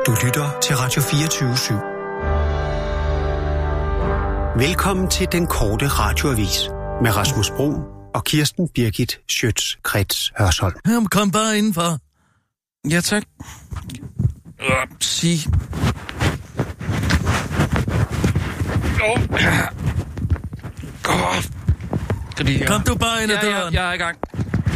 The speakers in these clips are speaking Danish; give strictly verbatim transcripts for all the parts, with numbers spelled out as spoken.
Du lytter til Radio fireogtyve syv. Velkommen til den korte radioavis med Rasmus Bruun og Kirsten Birgit Schøtz-Krets Hørsholm. Jamen, kom bare indenfor. Ja, tak. Øh, sig. Åh. Oh. Lige, kom du bare ind ad ja, døren. Ja, jeg er i gang.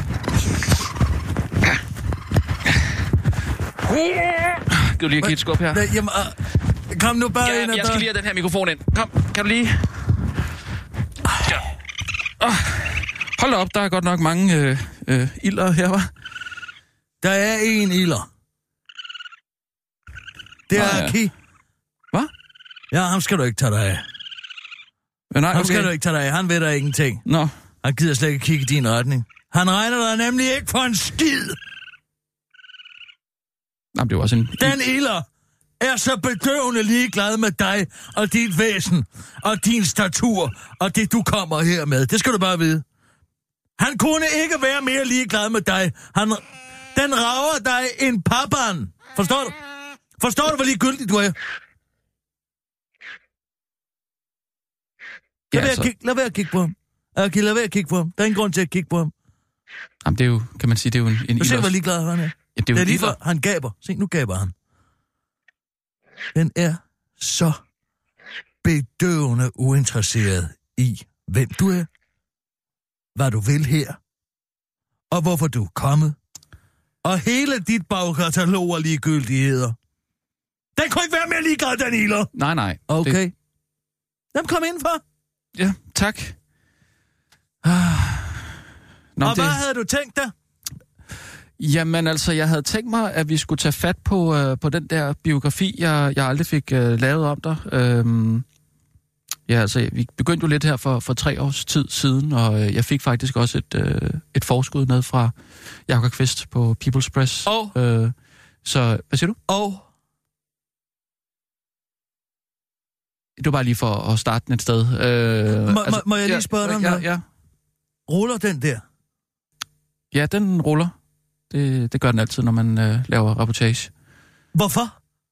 Kan du lige give et skub her? Nej, jamen, uh, kom nu bare ja, ind ad døren. Jeg skal lige have den her mikrofon ind. Kom, kan du lige... Ja. Oh. Hold op, der er godt nok mange øh, øh, ilder her, hva'? Der er en ilder. Det er ja. Aki. Hvad? Ja, ham skal du ikke tage dig af. Ja, nej, ham okay. skal du ikke tage dig af. Han ved der ingenting. Nå. Han gider slet ikke kigge i din retning. Han regner dig nemlig ikke for en skid. Jamen, det var også en... Den ilder er så bedøvende ligeglad med dig og dit væsen og din statur og det, du kommer her med. Det skal du bare vide. Han kunne ikke være mere ligeglad med dig. Han, den rager dig en pappan. Forstår du? Forstår du, hvor ligegyldig du er? Lad, ja, være, så... kigge, lad være at kigge på ham. Okay, lad være at kigge på ham. Der er ingen grund til at kigge på ham. Jamen, det er jo, kan man sige, det er jo en... en du ser, hvor ligeglad han er. Ja, det er, det er lige for, han gaber. Se, nu gaber han. Den er så bedøvende uinteresseret i, hvem du er, hvad du vil her, og hvorfor du er kommet, og hele dit bagkatalog af ligegyldigheder. Den kunne ikke være mere ligeglad, den ilder. Nej, nej. Okay. Det... Jamen, kom indenfor. Ja, tak. Ah. Nå, og det... hvad havde du tænkt dig? Jamen altså, jeg havde tænkt mig, at vi skulle tage fat på, øh, på den der biografi, jeg, jeg aldrig fik øh, lavet om dig. Øhm, ja, altså, vi begyndte jo lidt her for, for tre års tid siden, og øh, jeg fik faktisk også et, øh, et forskud ned fra Jakob Kvist på People's Press. Og? Øh, så, hvad siger du? Og? Det var bare lige for at starte den et sted. Må, Øh, altså, må jeg lige spørge dig om ja, noget? ja. Ruller den der? Ja, den ruller. Det, det gør den altid, når man øh, laver reportage. Hvorfor?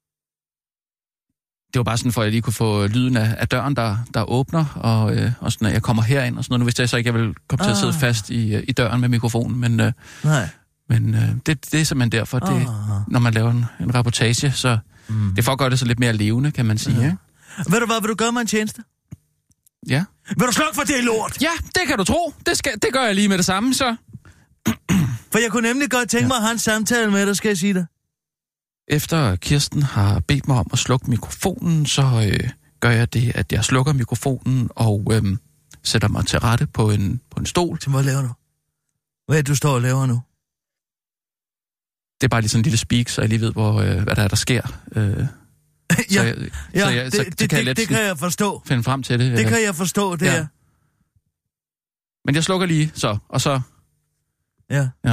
Det var bare sådan, for at jeg lige kunne få lyden af, af døren, der, der åbner, og, øh, og sådan, at jeg kommer herind og sådan noget. Nu vidste jeg så ikke, at jeg ville komme ah. til at sidde fast i, i døren med mikrofonen, men, øh, Nej. men øh, det, det er simpelthen derfor, det, ah. når man laver en, en reportage, så mm. det får gøre det så lidt mere levende, kan man sige. Ja. Ikke? Ved du hvad, vil du gøre mig en tjeneste? Ja. Vil du slukke for det lort? Ja, det kan du tro. Det, skal, det gør jeg lige med det samme, så... For jeg kunne nemlig godt tænke mig at have en samtale med dig, skal jeg sige det. Efter Kirsten har bedt mig om at slukke mikrofonen, så øh, gør jeg det, at jeg slukker mikrofonen og øh, sætter mig til rette på en, på en stol. Til hvad laver du? Hvad er det, du står og laver nu? Det er bare lige sådan en lille speak, så jeg lige ved, hvor, øh, hvad der er, der sker. Øh, ja, så jeg, ja så jeg, det, så, det, så kan det, jeg det kan jeg forstå. Finde frem til det. Det kan jeg forstå, det ja. er. Men jeg slukker lige, så, og så... Ja. Ja.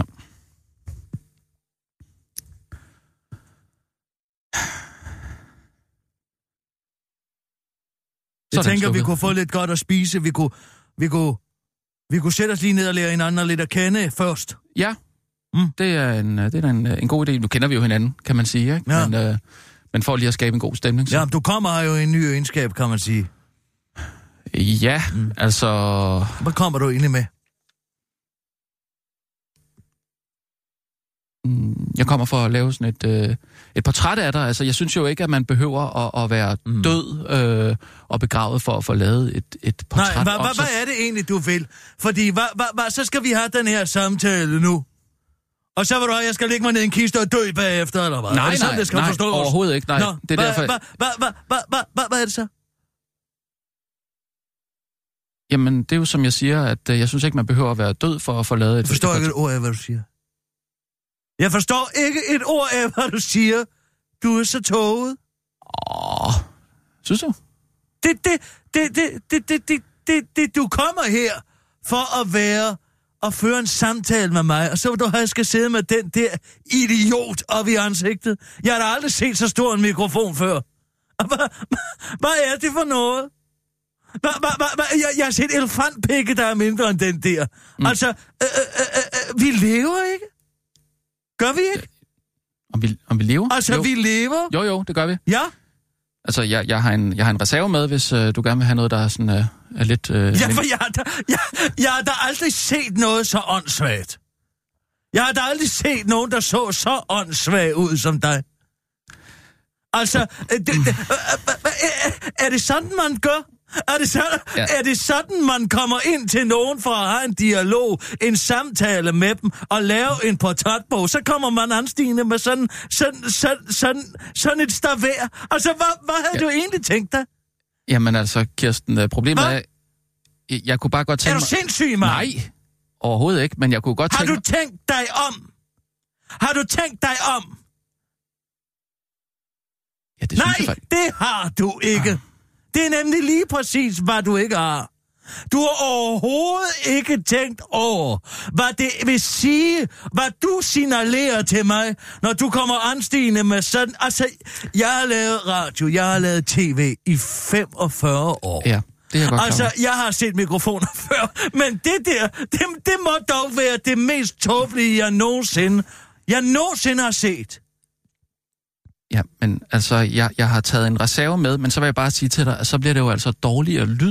Jeg tænker, vi kunne få lidt godt at spise. Vi kunne, vi kunne, vi kunne sætte os lige ned og lære hinanden lidt at kende først. Ja, mm. det er, en, det er en, en god idé. Nu kender vi jo hinanden, kan man sige, ikke? Ja. Men, øh, men for lige at skabe en god stemning. Så... Ja, du kommer jo i en ny egenskab, kan man sige. Ja, mm. altså... Hvad kommer du egentlig med? Jeg kommer for at lave sådan et, øh, et portræt af dig. Altså, jeg synes jo ikke, at man behøver at, at være mm. død øh, og begravet for at få lavet et, et portræt. Nej, hvad hva, hva er det egentlig, du vil? Fordi hva, hva, hva, så skal vi have den her samtale nu. Og så vil du have, jeg skal lægge mig ned i en kiste og dø bagefter, eller hvad? Nej, sådan, nej, det skal nej, forstås? overhovedet ikke. Nej, Nå, det er hva, derfor... Hvad hva, hva, hva, hva, hva, hva er det så? Jamen, det er jo som jeg siger, at øh, jeg synes ikke, man behøver at være død for at få lavet et... Jeg forstår ikke et ord af, hvad du siger. Jeg forstår ikke et ord af, hvad du siger. Du er så tåget. Åh, synes du? Det, det, det, det, det, det, det, det, det, du kommer her for at være og føre en samtale med mig, og så vil du have, at jeg skal sidde med den der idiot op i ansigtet. Jeg har da aldrig set så stor en mikrofon før. Hvad, hvad er det for noget? Hva, hva, hva, hva? Jeg, jeg har set elefantpikke, der er mindre end den der. Mm. Altså, øh, øh, øh, øh, vi lever ikke. Gør vi ikke? Om vi, om vi lever? Altså, jo. vi lever? Jo, jo, det gør vi. Ja. Altså, jeg, jeg, har, en, jeg har en reserve med, hvis øh, du gerne vil have noget, der er, sådan, øh, er lidt... Øh, ja, for jeg har, da, jeg, jeg har da aldrig set noget så åndssvagt. Jeg har da aldrig set nogen, der så så åndssvagt ud som dig. Altså, det, det, er det sådan, man gør? Er det, sådan, ja. er det sådan, man kommer ind til nogen for at have en dialog, en samtale med dem og lave en portrætbog? Så kommer man anstigende med sådan, sådan, sådan, sådan, sådan et stavær. Altså, hvad, hvad havde ja. du egentlig tænkt dig? Jamen altså, Kirsten, problemet hvad? er... Jeg, jeg kunne bare godt tænke mig... Er du sindssyg, mand? Nej, overhovedet ikke, men jeg kunne godt har tænke Har du tænkt dig om? Har du tænkt dig om? Ja, det Nej, synes jeg det har du ikke. Ah. Det er nemlig lige præcis, hvad du ikke har. Du har overhovedet ikke tænkt over, hvad det vil sige, hvad du signalerer til mig, når du kommer anstigende med sådan... Altså, jeg har lavet radio, jeg har lavet tv i femogfyrre år. Ja, det er godt Altså, klar. jeg har set mikrofoner før, men det der, det, det må dog være det mest tåbelige, jeg nogensinde, jeg nogensinde har set. Ja, men altså, jeg, jeg har taget en reserve med, men så vil jeg bare sige til dig, at så bliver det jo altså dårligere lyd.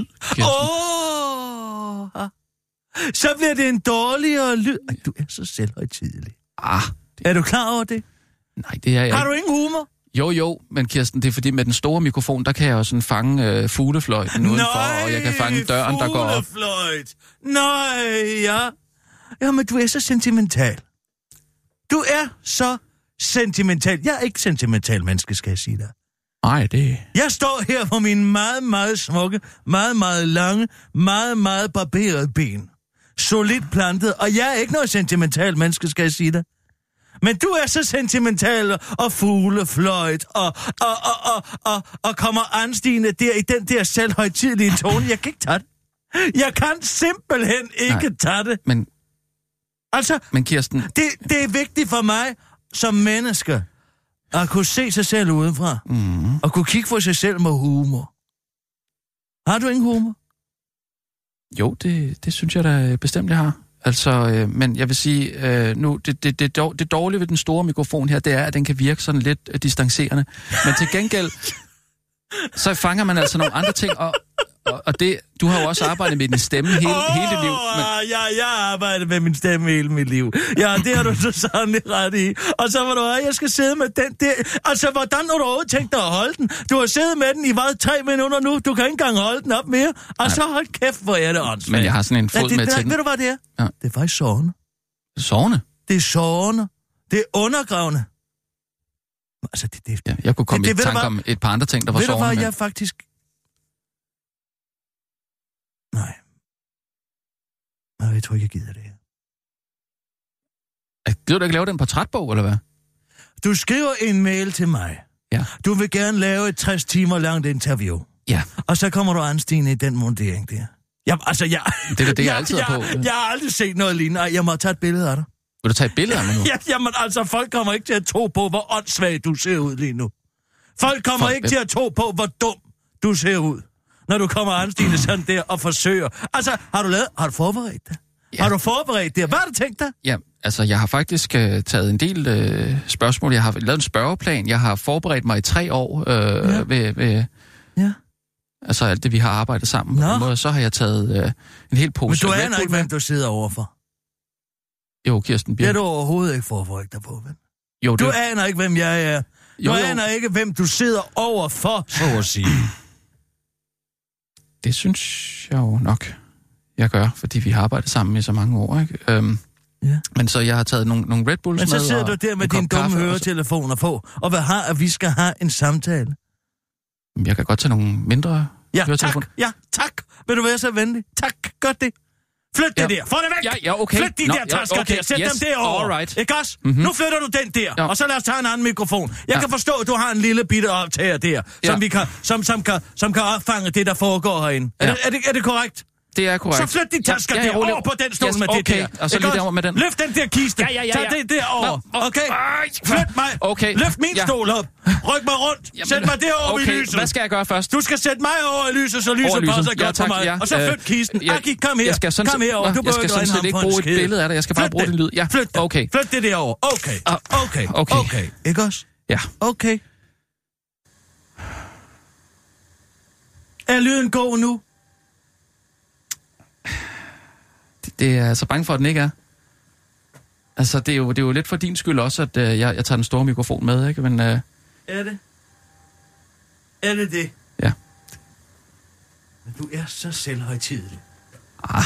Åh! Oh, så bliver det en dårligere lyd. Ej, du er så selvhøjtidelig. Ah. Det... Er du klar over det? Nej, det er jeg Har du ingen humor? Jo, jo, men Kirsten, det er fordi med den store mikrofon, der kan jeg jo sådan fange øh, fuglefløjten udenfor, Nej, og jeg kan fange døren, der går op. fuglefløjt! Nej, ja. Jamen, du er så sentimental. Du er så sentimental. Jeg er ikke sentimental menneske, skal jeg sige dig. Nej, det... Jeg står her på min meget, meget smukke, meget, meget lange, meget, meget barberede ben. Solidt plantet, og jeg er ikke noget sentimental menneske, skal jeg sige dig. Men du er så sentimental og fuglefløjt og, og, og, og, og, og kommer anstigende der i den der selvhøjtidelige tone. Jeg kan ikke tage det. Jeg kan simpelthen ikke Nej, tage det. Men, altså, men Kirsten... Det, det er vigtigt for mig som menneske at kunne se sig selv udenfra. Mm. Og kunne kigge på sig selv med humor. Har du ingen humor? Jo, det, det synes jeg da bestemt, jeg har. Altså, øh, men jeg vil sige, øh, nu, det, det, det, det dårlige ved den store mikrofon her, det er, at den kan virke sådan lidt øh, distancerende. Men til gengæld, så fanger man altså nogle andre ting, og, og, og det, du har jo også arbejdet med din stemme hele, oh, hele dit liv. Men... Ja, jeg har arbejdet med min stemme hele mit liv. Ja, det har du så sandelig ret i. Og så var du, at jeg skal sidde med den der... Altså, hvordan har du overhovedet tænkt dig at holde den? Du har siddet med den i hvad, tre minutter nu? Du kan ikke engang holde den op mere. Og så hold kæft, hvor er det åndssvagt. Men jeg har sådan en fod ja, det, med det, til den. Ved du, hvad det er? Ja. Det er faktisk sårende. Sårende? Det er sårende. Det er undergravende. Altså, det, det, ja, jeg kunne komme det, i tanke om et par andre ting, der var sårende. Ved du hvad, men... jeg faktisk... Nej. Nej, jeg tror ikke, jeg gider det her. Gider du ikke lave den portrætbog, eller hvad? Du skriver en mail til mig. Ja. Du vil gerne lave et tres timer langt interview. Ja. Og så kommer du anstigende i den mundering der. Jeg, altså, jeg... Det er det, jeg, jeg altid jeg, er på. Jeg, jeg har aldrig set noget lignende. Jeg må tage et billede af dig. Vil du tage et billede af mig nu? ja, jamen, altså, folk kommer ikke til at tro på, hvor åndssvagt du ser ud lige nu. Folk kommer folk ikke vil... til at tro på, hvor dum du ser ud, når du kommer anstigende sådan der og forsøger. Altså, har du lavet... Har du forberedt det? Ja. Har du forberedt det? Hvad har du tænkt dig? Ja, altså, jeg har faktisk øh, taget en del øh, spørgsmål. Jeg har lavet en spørgeplan. Jeg har forberedt mig i tre år øh, ja. ved... ved ja. Altså alt det, vi har arbejdet sammen. På måde, så har jeg taget øh, en hel pose. Men du aner ikke, hvem du sidder overfor. Jo, Kirsten Birk. Det er du overhovedet ikke forberedt dig på, ven. Jo, det... Du aner ikke, hvem jeg er. Du jo, jo. aner ikke, hvem du sidder overfor, så at sige. Det synes jeg jo nok, jeg gør, fordi vi har arbejdet sammen i så mange år, ikke? Øhm, ja. Men så jeg har taget nogle, nogle Red Bulls med. Men så sidder du der med dine dumme høretelefoner på, og hvad har, at vi skal have en samtale? Jeg kan godt tage nogle mindre ja, høretelefoner. Ja, tak. Ja, tak. Vil du være så venlig? Tak. Godt det. Flyt ja. det der. Få det væk. Ja, ja, okay. Flyt de Nå, der tasker ja, okay. der. Sæt yes. dem derovre. All right. Ikke også? Mm-hmm. Nu flytter du den der. Ja. Og så lad os tage en anden mikrofon. Jeg ja. kan forstå, at du har en lille bitte optager der, som, ja. vi kan, som, som, kan, som kan opfange det, der foregår herinde. Ja. Er, det, er, det, er det korrekt? Det er korrekt. Så flyt de tasker ja, ja, der over på den stol yes, med okay. det der. Og så lige derovre med den. Løft den der kiste. Ja, ja, ja, ja. Tag det derover. Okay? Flyt mig. Okay. Løft min ja. stol op. Ryk mig rundt. Jamen, Sæt mig derovre okay, i lyset. hvad skal jeg gøre først? Du skal sætte mig over i lyset, så lyset lyset. passer Ja, godt tak, på mig. ja. Og så Øh, flyt kisten. jeg- Aki, kom her. Jeg skal sådan kom set- herover. Du jeg skal sådan set ikke bruge et billede af det. Jeg skal bare Flyt bruge det. din lyd. Ja, Flyt det. okay. Flyt det derover. Okay. Ah, Okay. okay. Okay. Ikke også? Ja. Okay. Er lyden god nu? Det, det er jeg så bange for, at den ikke er. Altså, det er jo, det er jo lidt for din skyld også, at øh, jeg, jeg tager den store mikrofon med, ikke? Men, øh, Er det? Er det det? ja. Men du er så selvhøjtidelig. Ah,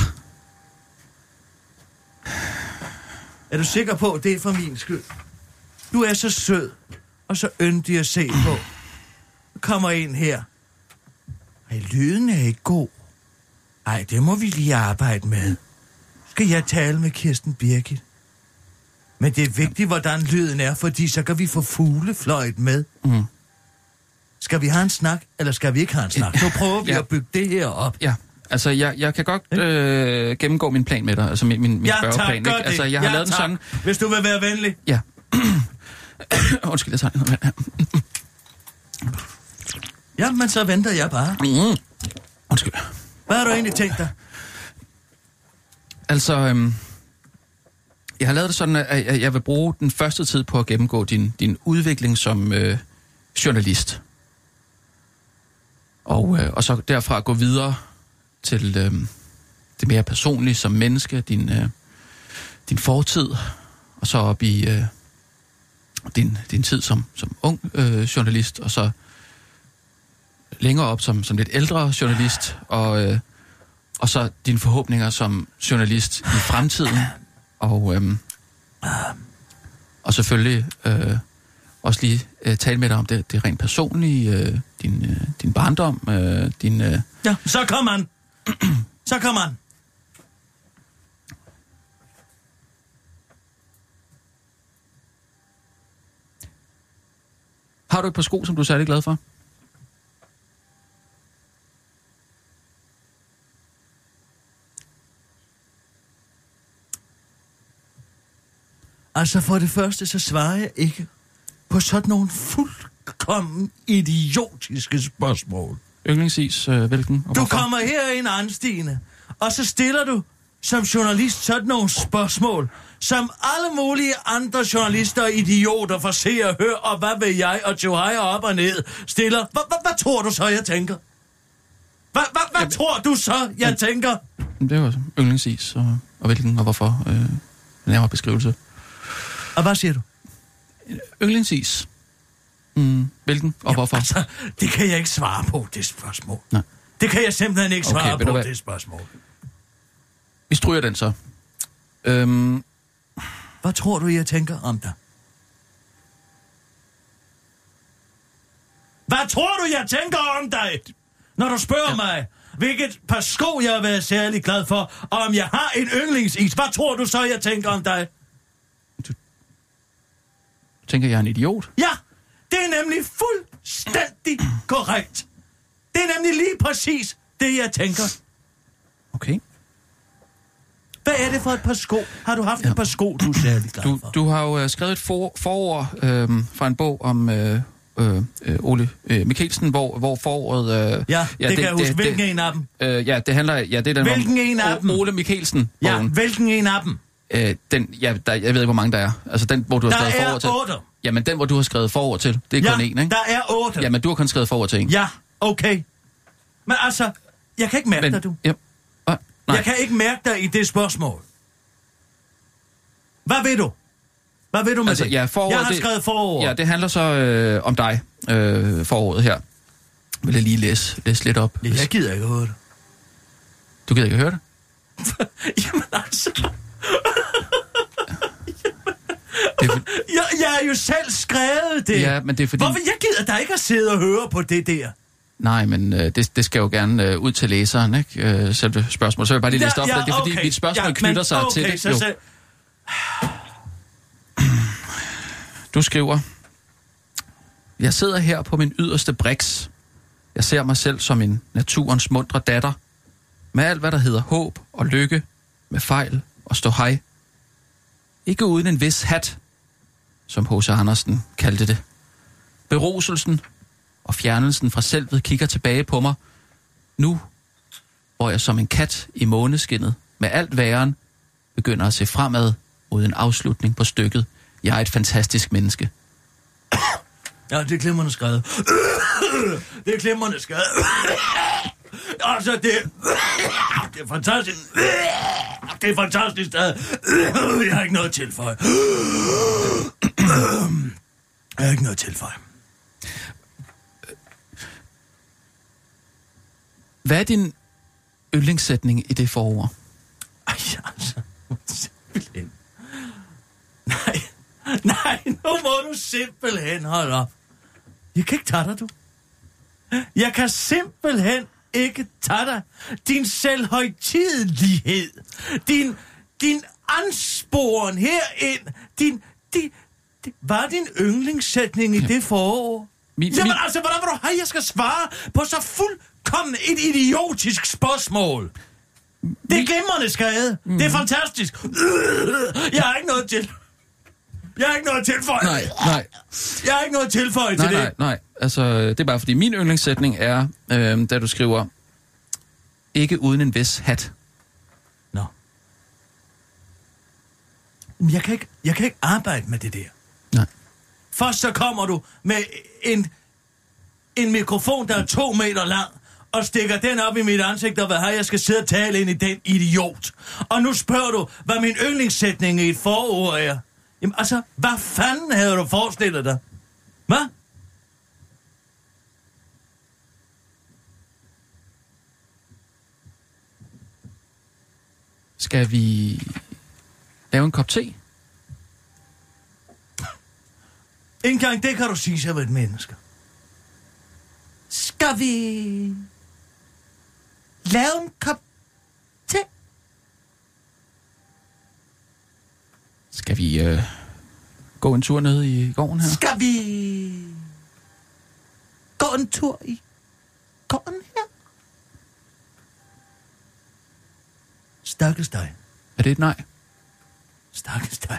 Er du sikker på, at det er for min skyld? Du er så sød og så yndig at se på. Der kommer ind her. Ej, lyden er ikke god. Ej, det må vi lige arbejde med. Skal jeg tale med Kirsten Birgit? Men det er vigtigt, hvordan lyden er, fordi så kan vi få fuglefløjt med. mm, Skal vi have en snak, eller skal vi ikke have en snak? Nu prøver vi Ja. at bygge det her op. ja. Altså, jeg, jeg kan godt øh, gennemgå min plan med dig. Altså, min, min, min Ja, spørgeplan, tak, ikke? gør det. Altså, jeg har Ja, lavet den tak. sådan... Hvis du vil være venlig. Ja. Undskyld, jeg tager noget her. Ja, men så venter jeg bare. Mm. Undskyld. Hvad har du egentlig tænkt dig? Altså, øhm, jeg har lavet det sådan, at jeg, jeg vil bruge den første tid på at gennemgå din, din udvikling som øh, journalist. Og, øh, og så derfra gå videre til øh, det mere personlige som menneske, din, øh, din fortid, og så op i øh, din, din tid som, som ung øh, journalist, og så længere op som, som lidt ældre journalist, og, øh, og så dine forhåbninger som journalist i fremtiden, og, øh, og selvfølgelig øh, også lige øh, tale med dig om det, det rent personlige, øh, din, øh, din barndom, øh, din... Øh, Ja, så kom han. Så kom han. Har du et par sko, som du er særlig glad for? Altså for det første, så svarer jeg ikke på sådan nogle fuldkommen idiotiske spørgsmål. Yndlingsis, øh, hvilken? Og Du hvorfor? kommer herind, Arnstine, og så stiller du som journalist sådan nogle spørgsmål, som alle mulige andre journalister og idioter for Se og Hør, og hvad vil jeg, og Johaj og op og ned, stiller. Hvad tror du så, jeg tænker? Hvad Jamen- tror du så, jeg tænker? Det var yndlingsis, og, og hvilken, og hvorfor? Øh, nærmere beskrivelse. Og hvad siger du? Yndlingsis. Mm, hvilken, og hvorfor? Altså, det kan jeg ikke svare på, det spørgsmål. Nej. Det kan jeg simpelthen ikke Okay, svare ved du på, hvad? det spørgsmål. Vi stryger den så. Øhm, Hvad tror du, jeg tænker om dig? Hvad tror du, jeg tænker om dig, når du spørger ja. mig, hvilket par sko jeg har været særlig glad for, og om jeg har en yndlingsis? Hvad tror du så, jeg tænker om dig? tænker jeg er en idiot? Ja, det er nemlig fuldstændig korrekt. Det er nemlig lige præcis det, jeg tænker. Okay. Hvad er det for et par sko? Har du haft ja. et par sko, du er særlig glad Du, for? du har jo øh, skrevet et for, forord øh, fra en bog om øh, øh, Ole øh, Mikkelsen, hvor, hvor foråret... Øh, Ja, det, det kan jeg huske. Hvilken det, en af dem? Øh, ja, det handler... Ja, det er den Hvilken om en af o- dem? Ole Mikkelsen. Ja, hvilken en af dem? Øh, den, ja, der, jeg ved ikke, hvor mange der er. Altså den, hvor du har Der skrevet er forord til. otte. Jamen, den, hvor du har skrevet forord til. Det er Ja, kun én, ikke? der er otte. Jamen, du har kun skrevet forord til en. Ja, okay. Men altså, jeg kan ikke mærke Men, dig, du. Ja, ah, nej. Jeg kan ikke mærke dig i det spørgsmål. Hvad ved du? Hvad ved du med Altså, det? ja, forord, jeg har det- skrevet forord. Ja, det handler så øh, om dig, øh, foråret her. Vil jeg lige læse, læse lidt op? Ja, jeg gider ikke høre det. Du gider ikke høre det? Jamen altså... det er, for, Jeg, jeg er jo selv skrevet det. ja, men det er fordi... Hvorfor? Jeg gider da ikke at sidde og høre på det der. Nej, men øh, det, det skal jo gerne øh, ud til læseren, ikke? Øh, selve spørgsmål. Så vil jeg bare lige læse det op, for det er fordi, mit spørgsmål ja, knytter men, sig okay, til det. Så, Jo. så, Du skriver, jeg sidder her på min yderste briks. Jeg ser mig selv som en naturens mundre datter. Med alt, hvad der hedder håb og lykke, med fejl og ståhej. Ikke uden en vis hat, som H C Andersen kaldte det. Beroselsen og fjernelsen fra selvet kigger tilbage på mig. Nu, hvor jeg som en kat i måneskinnet med alt væren begynder at se fremad mod en afslutning på stykket. Jeg er et fantastisk menneske. Ja, det er glimrende skrevet. Det er glimrende skrevet. Altså, det, det er fantastisk. Det er fantastisk. Jeg har ikke noget at tilføje. Jeg har ikke noget at tilføje. Hvad er din yndlingssætning i det forord? Ej, altså, simpelthen. Nej, nej, nu må du simpelthen holde op. Jeg kan ikke tage dig, du. Jeg kan simpelthen ikke tage dig. Din selvhøjtidelighed, din, din ansporen herind, din, din, din, var din yndlingssætning i ja. det forår? Min, Jamen min... altså, hvordan vil du have, jeg skal svare på så fuldkommen et idiotisk spørgsmål? Det er glimrende skrevet. Mm. Det er fantastisk. Jeg har ikke noget til. Jeg har ikke noget at tilføje. Nej, nej. Jeg har ikke noget at tilføje nej, til nej, det. Nej, nej. Altså, det er bare fordi min yndlingssætning er, øh, da du skriver, ikke uden en vis hat. Nå. Jeg kan ikke, jeg kan ikke arbejde med det der. Nej. Først så kommer du med en, en mikrofon, der er to meter lang, og stikker den op i mit ansigt, og hvad har jeg skal sidde og tale ind i den idiot. Og nu spørger du, hvad min yndlingssætning i et forord er. Jamen altså, hvad fanden havde du forestillet dig? Hvad? Skal vi lave en kop te? Ikke engang det kan du sige sig ved et menneske. Skal vi lave en kop te? Skal vi øh, gå en tur ned i gården her? Skal vi gå en tur i gården her? Stakkels dig. Er det et nej? Stakkels dig.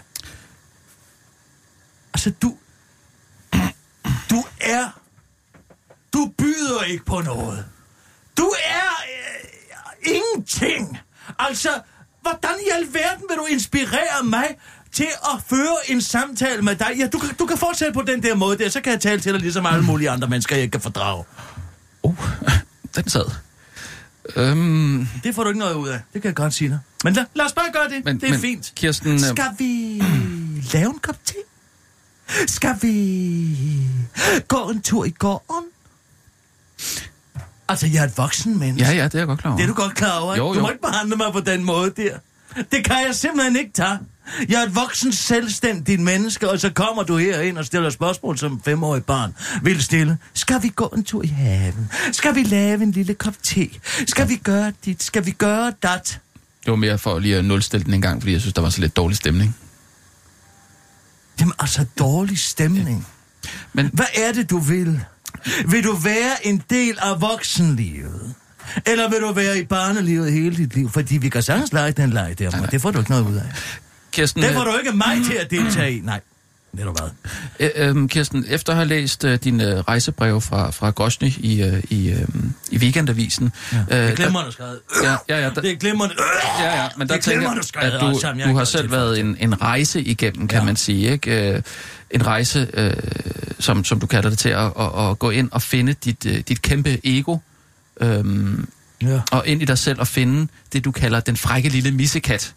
Altså, du... Du er... Du byder ikke på noget. Du er... Øh, ingenting. Altså, hvordan i alverden vil du inspirere mig til at føre en samtale med dig? Ja, du, du kan fortsætte på den der måde der, så kan jeg tale til dig ligesom alle mulige andre mennesker, jeg ikke kan fordrage. Oh, den sad. Um... Det får du ikke noget ud af, det kan jeg godt sige dig. Men lad, lad os bare gøre det, men, det er men, fint. Kirsten... Skal vi lave en kop te? Skal vi gå en tur i gården? Altså, jeg er et voksen menneske. Ja, ja, det er jeg godt klar over. Det er du godt klar over, ikke? Jo, jo. Du må ikke behandle mig på den måde der. Det kan jeg simpelthen ikke tage. Jeg er et voksen, selvstændigt menneske, og så kommer du herind og stiller spørgsmål, som femårig barn vil stille. Skal vi gå en tur i haven? Skal vi lave en lille kop te? Skal vi gøre dit? Skal vi gøre dat? Det var mere for lige at nulstille den en gang, fordi jeg synes, der var så lidt dårlig stemning. Jamen, altså dårlig stemning. Ja. Men hvad er det, du vil? Vil du være en del af voksenlivet? Eller vil du være i barnelivet hele dit liv? Fordi vi kan sagtens lege den leg der, men det får du ikke noget ud af. Kirsten, det får du ikke mig til at deltage i. Nej, det er du hvad. Øh, øh, Kirsten, efter at have læst øh, dine rejsebreve fra, fra Grosny i, øh, i, øh, i Weekendavisen... Ja, øh, det er glimrende skrevet. Ja, ja, ja, der, det er glimrende. Ja, ja, men der tænker jeg, at du, du har selv været en, en rejse igennem, kan ja. man sige, ikke? Øh, en rejse, øh, som, som du kalder det til, at, at, at gå ind og finde dit, øh, dit kæmpe ego, øh, ja. og ind i dig selv og finde det, du kalder den frække lille missekat.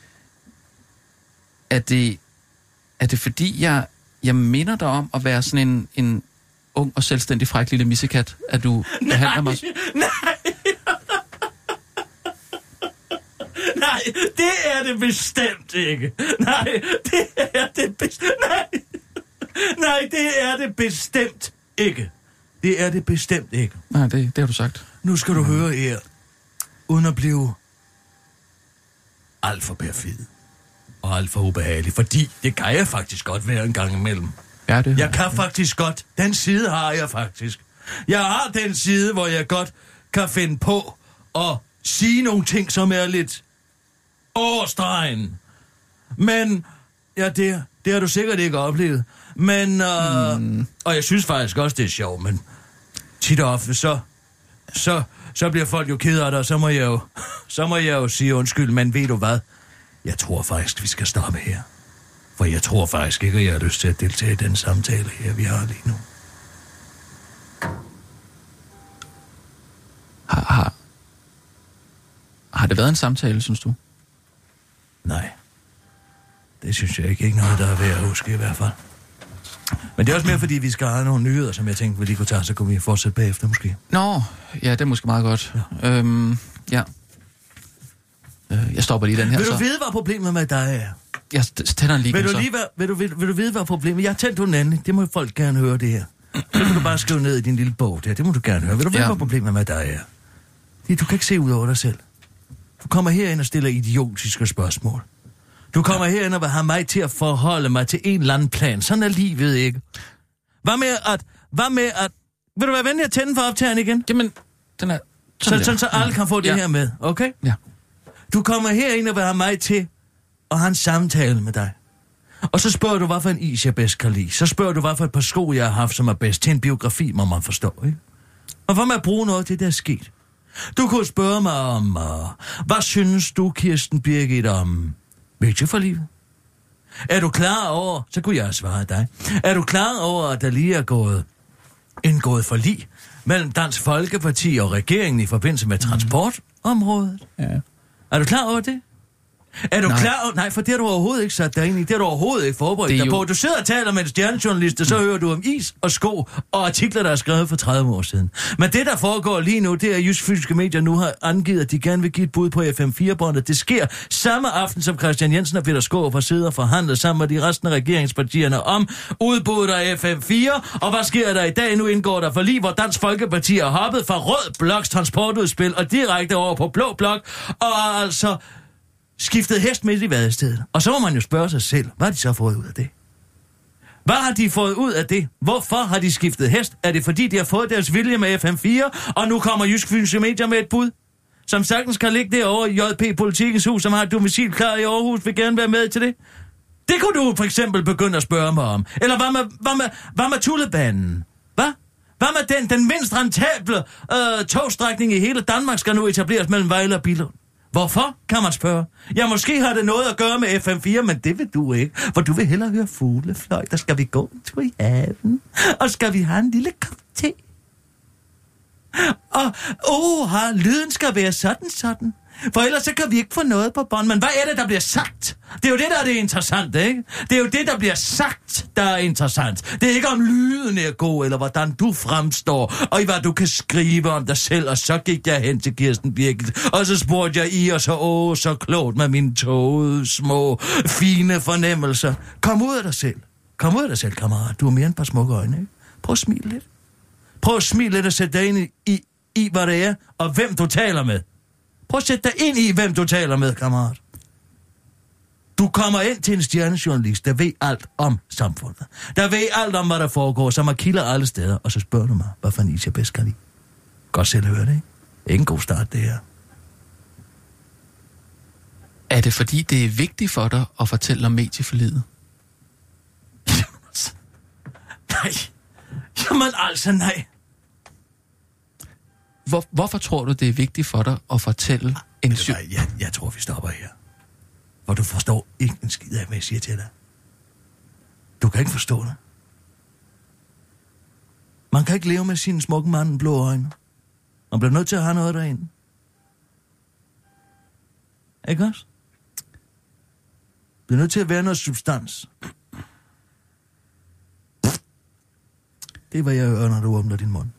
Er det, er det fordi, jeg, jeg minder dig om at være sådan en, en ung og selvstændig fræk lille missekat, at du behandler mig... Nej, nej, det er det bestemt ikke. Nej, det er det bestemt... Nej, nej, det er det bestemt ikke. Det er det bestemt ikke. Nej, det, det har du sagt. Nu skal du mm. høre her, uden at blive alt for perfid og alt for ubehagelig, fordi det kan jeg faktisk godt være en gang imellem. Ja, det jeg kan faktisk godt. Den side har jeg faktisk. Jeg har den side, hvor jeg godt kan finde på at sige nogle ting, som er lidt overstregen. Men, ja, det, det har du sikkert ikke oplevet. Men, øh, mm. og jeg synes faktisk også, det er sjovt, men tit og ofte, så, så, så bliver folk jo ked af det, og så må jeg jo, så må jeg jo sige undskyld, men ved du hvad? Jeg tror faktisk, vi skal stoppe her. For jeg tror faktisk ikke, at jeg har lyst til at deltage i den samtale her, vi har lige nu. Har, har, har det været en samtale, synes du? Nej. Det synes jeg ikke. Ikke noget, der er værd at huske i hvert fald. Men det er også mere, fordi vi skal have nogle nyheder, som jeg tænkte, vi lige kunne tage, så kunne vi fortsætte bagefter måske. Nå, ja, det er måske meget godt. Ja. Øhm, ja. Øh, jeg stopper lige den her, vil du så. vide, hvad problemet med dig er? Jeg tænder lige, vil du så. lige være, vil, du, vil, vil du vide, hvad problemet er? Jeg har tændt den anden. Det må folk gerne høre, det her. Så kan du bare skrive ned i din lille bog der. Det må du gerne høre. Vil du vide, ja. hvad problemet med dig er? Det, du kan ikke se ud over dig selv. Du kommer herind og stiller idiotiske spørgsmål. Du kommer herind og vil have mig til at forholde mig til en eller anden plan. Sådan er livet, ikke? Hvad med at... Hvad med at... Vil du være venlig at tænde for optageren igen? Jamen, den er... Sådan, så, sådan, så alle kan få det ja. her med, okay? Ja. Du kommer herind og vil have mig til at have en samtale med dig. Og så spørger du, hvad for en is jeg bedst kan lide. Så spørger du, hvad for et par sko jeg har haft, som er bedst til en biografi, må man forstå, ikke? Og hvad med at bruge noget af det, der er sket? Du kunne spørge mig om... Uh, hvad synes du, Kirsten Birgit, om... Vigtigt for livet? Er du klar over... Så kunne jeg have svaret dig. Er du klar over, at der lige er gået... indgået forlig mellem Dansk Folkeparti og regeringen i forbindelse med transportområdet? Ja. Er du klar over det? Er du Nej. klar over... Nej, for det har du overhovedet ikke sat dig ind i. Det har du overhovedet ikke forberedt dig jo... på. Du sidder og taler med en stjernejournalist, og så hører du om is og sko og artikler, der er skrevet for tredive år siden. Men det, der foregår lige nu, det er, at Jysk Fysiske Medier nu har angivet, at de gerne vil give et bud på F M fire-båndet. Det sker samme aften, som Christian Jensen og Peter Skaarup har siddet og forhandlet sammen med de resten af regeringspartierne om udbuddet af F M fire. Og hvad sker der i dag? Nu indgår der forlig, hvor Dansk Folkeparti er hoppet fra rød bloks transportudspil og direkte over på blå blok. Og altså... skiftet hest midt i vadestedet. Og så må man jo spørge sig selv, hvad har de så fået ud af det? Hvad har de fået ud af det? Hvorfor har de skiftet hest? Er det fordi, de har fået deres vilje med F M fire, og nu kommer Jysk Fysiske Medier med et bud, som sagtens kan ligge derovre i J P Politikens hus, som har et domicil klar i Aarhus, vil gerne være med til det? Det kunne du for eksempel begynde at spørge mig om. Eller hvad med, hvad med, hvad med Tullebanen? Hvad? Hvad med den, den mindst rentable øh, togstrækning i hele Danmark skal nu etableres mellem Vejle og Billund? Hvorfor, kan man spørge? Ja, måske har det noget at gøre med F M fire, men det vil du ikke. For du vil hellere høre fuglefløj. Der skal vi gå en tur i haven. Og skal vi have en lille kop te. Og, åh, lyden skal være sådan, sådan. For ellers så kan vi ikke få noget på bånd. Men hvad er det, der bliver sagt? Det er jo det, der er det interessante, ikke? Det er jo det, der bliver sagt, der er interessant. Det er ikke om lyden er god, eller hvordan du fremstår, og hvad du kan skrive om dig selv. Og så gik jeg hen til Kirsten Birgit, og så spurgte jeg i, og så åh, så klogt med mine tåede, små, fine fornemmelser. Kom ud af dig selv. Kom ud af dig selv, kammerat. Du har mere end et par smukke øjne, ikke? Prøv at smile lidt. Prøv at smile lidt og sætte dig ind i, i, i, hvad det er, og hvem du taler med. Prøv at sætte dig ind i, hvem du taler med, kammerat. Du kommer ind til en stjernejournalist, der ved alt om samfundet. Der ved alt om, hvad der foregår, som har kilder alle steder. Og så spørger du mig, hvad for en is jeg bedst kan lide. Godt selv høre det, ikke? Ikke en god start, det her. Er det fordi, det er vigtigt for dig at fortælle om medieforliget? Nej. Jamen altså, nej. Hvor, hvorfor tror du, det er vigtigt for dig at fortælle ah, en syg... Jeg, jeg tror, vi stopper her. For du forstår ikke en skid af, hvad jeg siger til dig. Du kan ikke forstå det. Man kan ikke leve med sin smukke mand blå øjne. Man bliver nødt til at have noget derinde. Ikke også? Det er nødt til at være noget substans. Det er, hvad jeg hører, når du åbner din mund.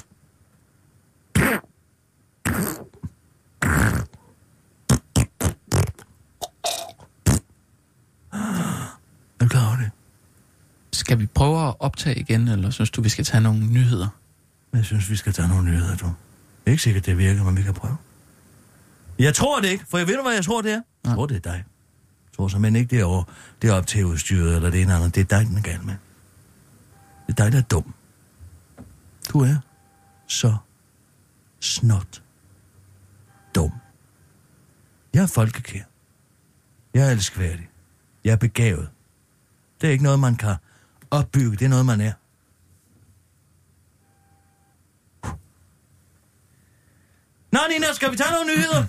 Er du klar over det? Skal vi prøve at optage igen, eller synes du, vi skal tage nogle nyheder? Jeg synes, vi skal tage nogle nyheder, du. Det er ikke sikkert, det virker, men vi kan prøve. Jeg tror det ikke, for jeg ved du, hvad jeg tror, det er? Jeg tror, det er dig. Jeg tror simpelthen ikke, det er, over, det er op til udstyret, eller det ene eller andet. Det er dig, den er galt med. Det er dig, der er dum. Du er så snot dum. Jeg er folkekær. Jeg er elskværdig. Jeg er begavet. Det er ikke noget, man kan opbygget. Det er noget, man er. Nå, Nina, skal vi tage nogle nyheder?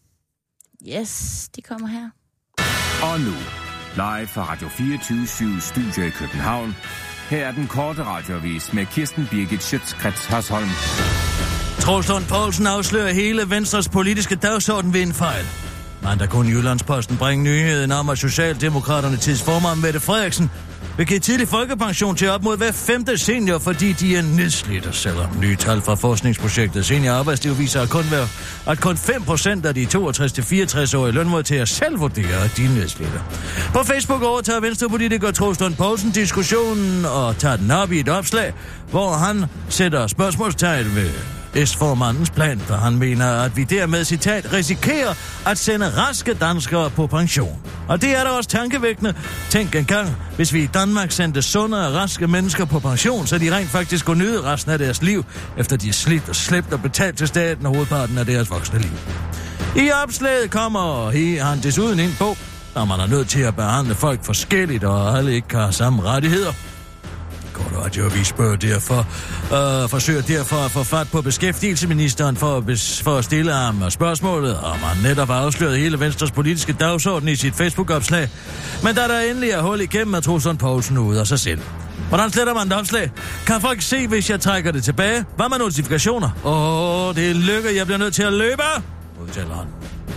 Yes, de kommer her. Og nu, live fra Radio fireogtyve syv Studio i København. Her er den korte radioavis med Kirsten Birgit Schøtzgrads Hasholm. Troels Lund Poulsen afslører hele Venstres politiske dagsorden ved en fejl. Mandag kunne Jyllandsposten bringe nyheden om, at Socialdemokraterne tidsformand Mette Frederiksen vil give tidlig folkepension til op mod hver femte senior, fordi de er nedslidte, selvom nye tal fra forskningsprojektet Senior Arbejdsliv viser, at kun, hver, at kun fem procent af de toogtres til fireogtres-årige lønmodtagere selv vurderer, at de er nedslidte. På Facebook overtager venstrepolitiker Troels Lund Poulsen diskussionen og tager den op i et opslag, hvor han sætter spørgsmålstegn ved S-formandens plan, da han mener, at vi dermed, citat, risikerer at sende raske danskere på pension. Og det er da også tankevækkende. Tænk engang, hvis vi i Danmark sendte sunde og raske mennesker på pension, så de rent faktisk går nyde resten af deres liv, efter de er slidt og slæbt og betalt til staten og hovedparten af deres voksne liv. I opslaget kommer han desuden ind på, at man er nødt til at behandle folk forskelligt, og alle ikke har samme rettigheder. Radioavis spørger derfor, øh, forsøger derfor at få fat på beskæftigelsesministeren for at, bes, for at stille ham spørgsmålet, og man netop har afsløret hele Venstres politiske dagsorden i sit Facebook-opslag. Men da der endelig er hul igennem, er Troels Lund Poulsen ude af sig selv. Hvordan sletter man et opslag? Kan folk se, hvis jeg trækker det tilbage? Hvad med notifikationer? Åh, det er lykke, jeg bliver nødt til at løbe, udtaler han.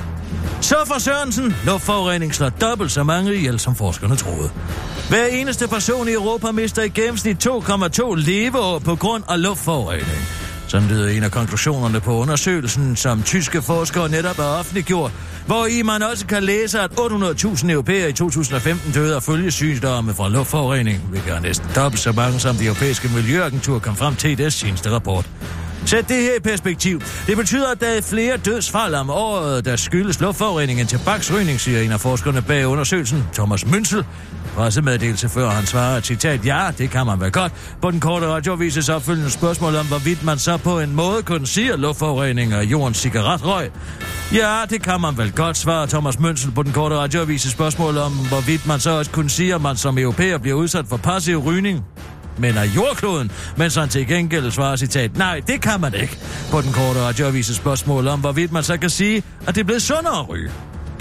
Så for Sørensen, luftforurening slår dobbelt så mange ihjel, som forskerne troede. Hver eneste person i Europa mister i gennemsnit to komma to leveår på grund af luftforurening. Sådan lyder en af konklusionerne på undersøgelsen, som tyske forskere netop har offentliggjort, hvor i man også kan læse, at otte hundrede tusind europæere i to tusind og femten døde af følgesygdomme fra luftforurening, hvilket er næsten dobbelt så mange, som det europæiske miljøagentur kom frem til i deres seneste rapport. Sæt det her i perspektiv. Det betyder, at der er flere dødsfald om året, der skyldes luftforurening end tobaksrygning, siger en af forskerne bag undersøgelsen, Thomas Münzel. Pressemeddelelse før han svarer, citat, ja, det kan man vel godt. På den korte radioavises opfølgende spørgsmål om, hvorvidt man så på en måde kunne sige, at luftforurening er jordens cigaretrøg. Ja, det kan man vel godt, svarer Thomas Münzel på den korte radioavises spørgsmål om, hvorvidt man så også kunne sige, at man som europæer bliver udsat for passiv rygning, men af jordkloden, mens han til gengæld svarer, citat, nej, det kan man ikke. På den korte radioavises spørgsmål om, hvorvidt man så kan sige, at det er blevet sundere at ryge.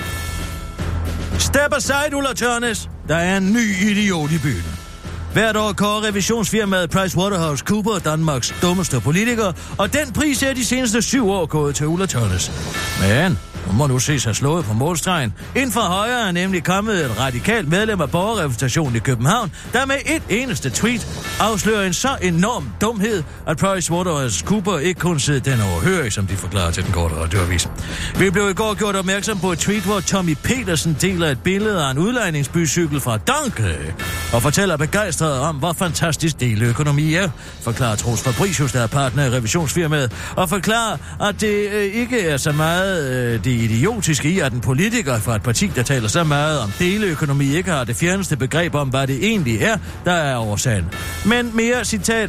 Step aside, Ulla Tørnes. Der er en ny idiot i byen. Hvert år kårer revisionsfirmaet PricewaterhouseCoopers Danmarks dummeste politiker, og den pris er de seneste syv år gået til Ulla Tørnes. Men hun må nu ses have slået på målstregen. Inden for højre er nemlig kommet et radikalt medlem af borgerrepræsentationen i København, der med et eneste tweet afslører en så enorm dumhed, at PricewaterhouseCoopers ikke kunne sidde den overhørig, som de forklarer til den korte radioavis. Vi blev i går gjort opmærksom på et tweet, hvor Tommy Petersen deler et billede af en udlejningsbycykel fra Danke og fortæller begejstret om, hvor fantastisk deleøkonomi er, forklarer Troels Fabricius, der er partner i revisionsfirmaet, og forklarer, at det øh, ikke er så meget øh, det idiotiske i, at en politiker fra et parti, der taler så meget om deleøkonomi, ikke har det fjerneste begreb om, hvad det egentlig er, der er årsagen. Men mere citat.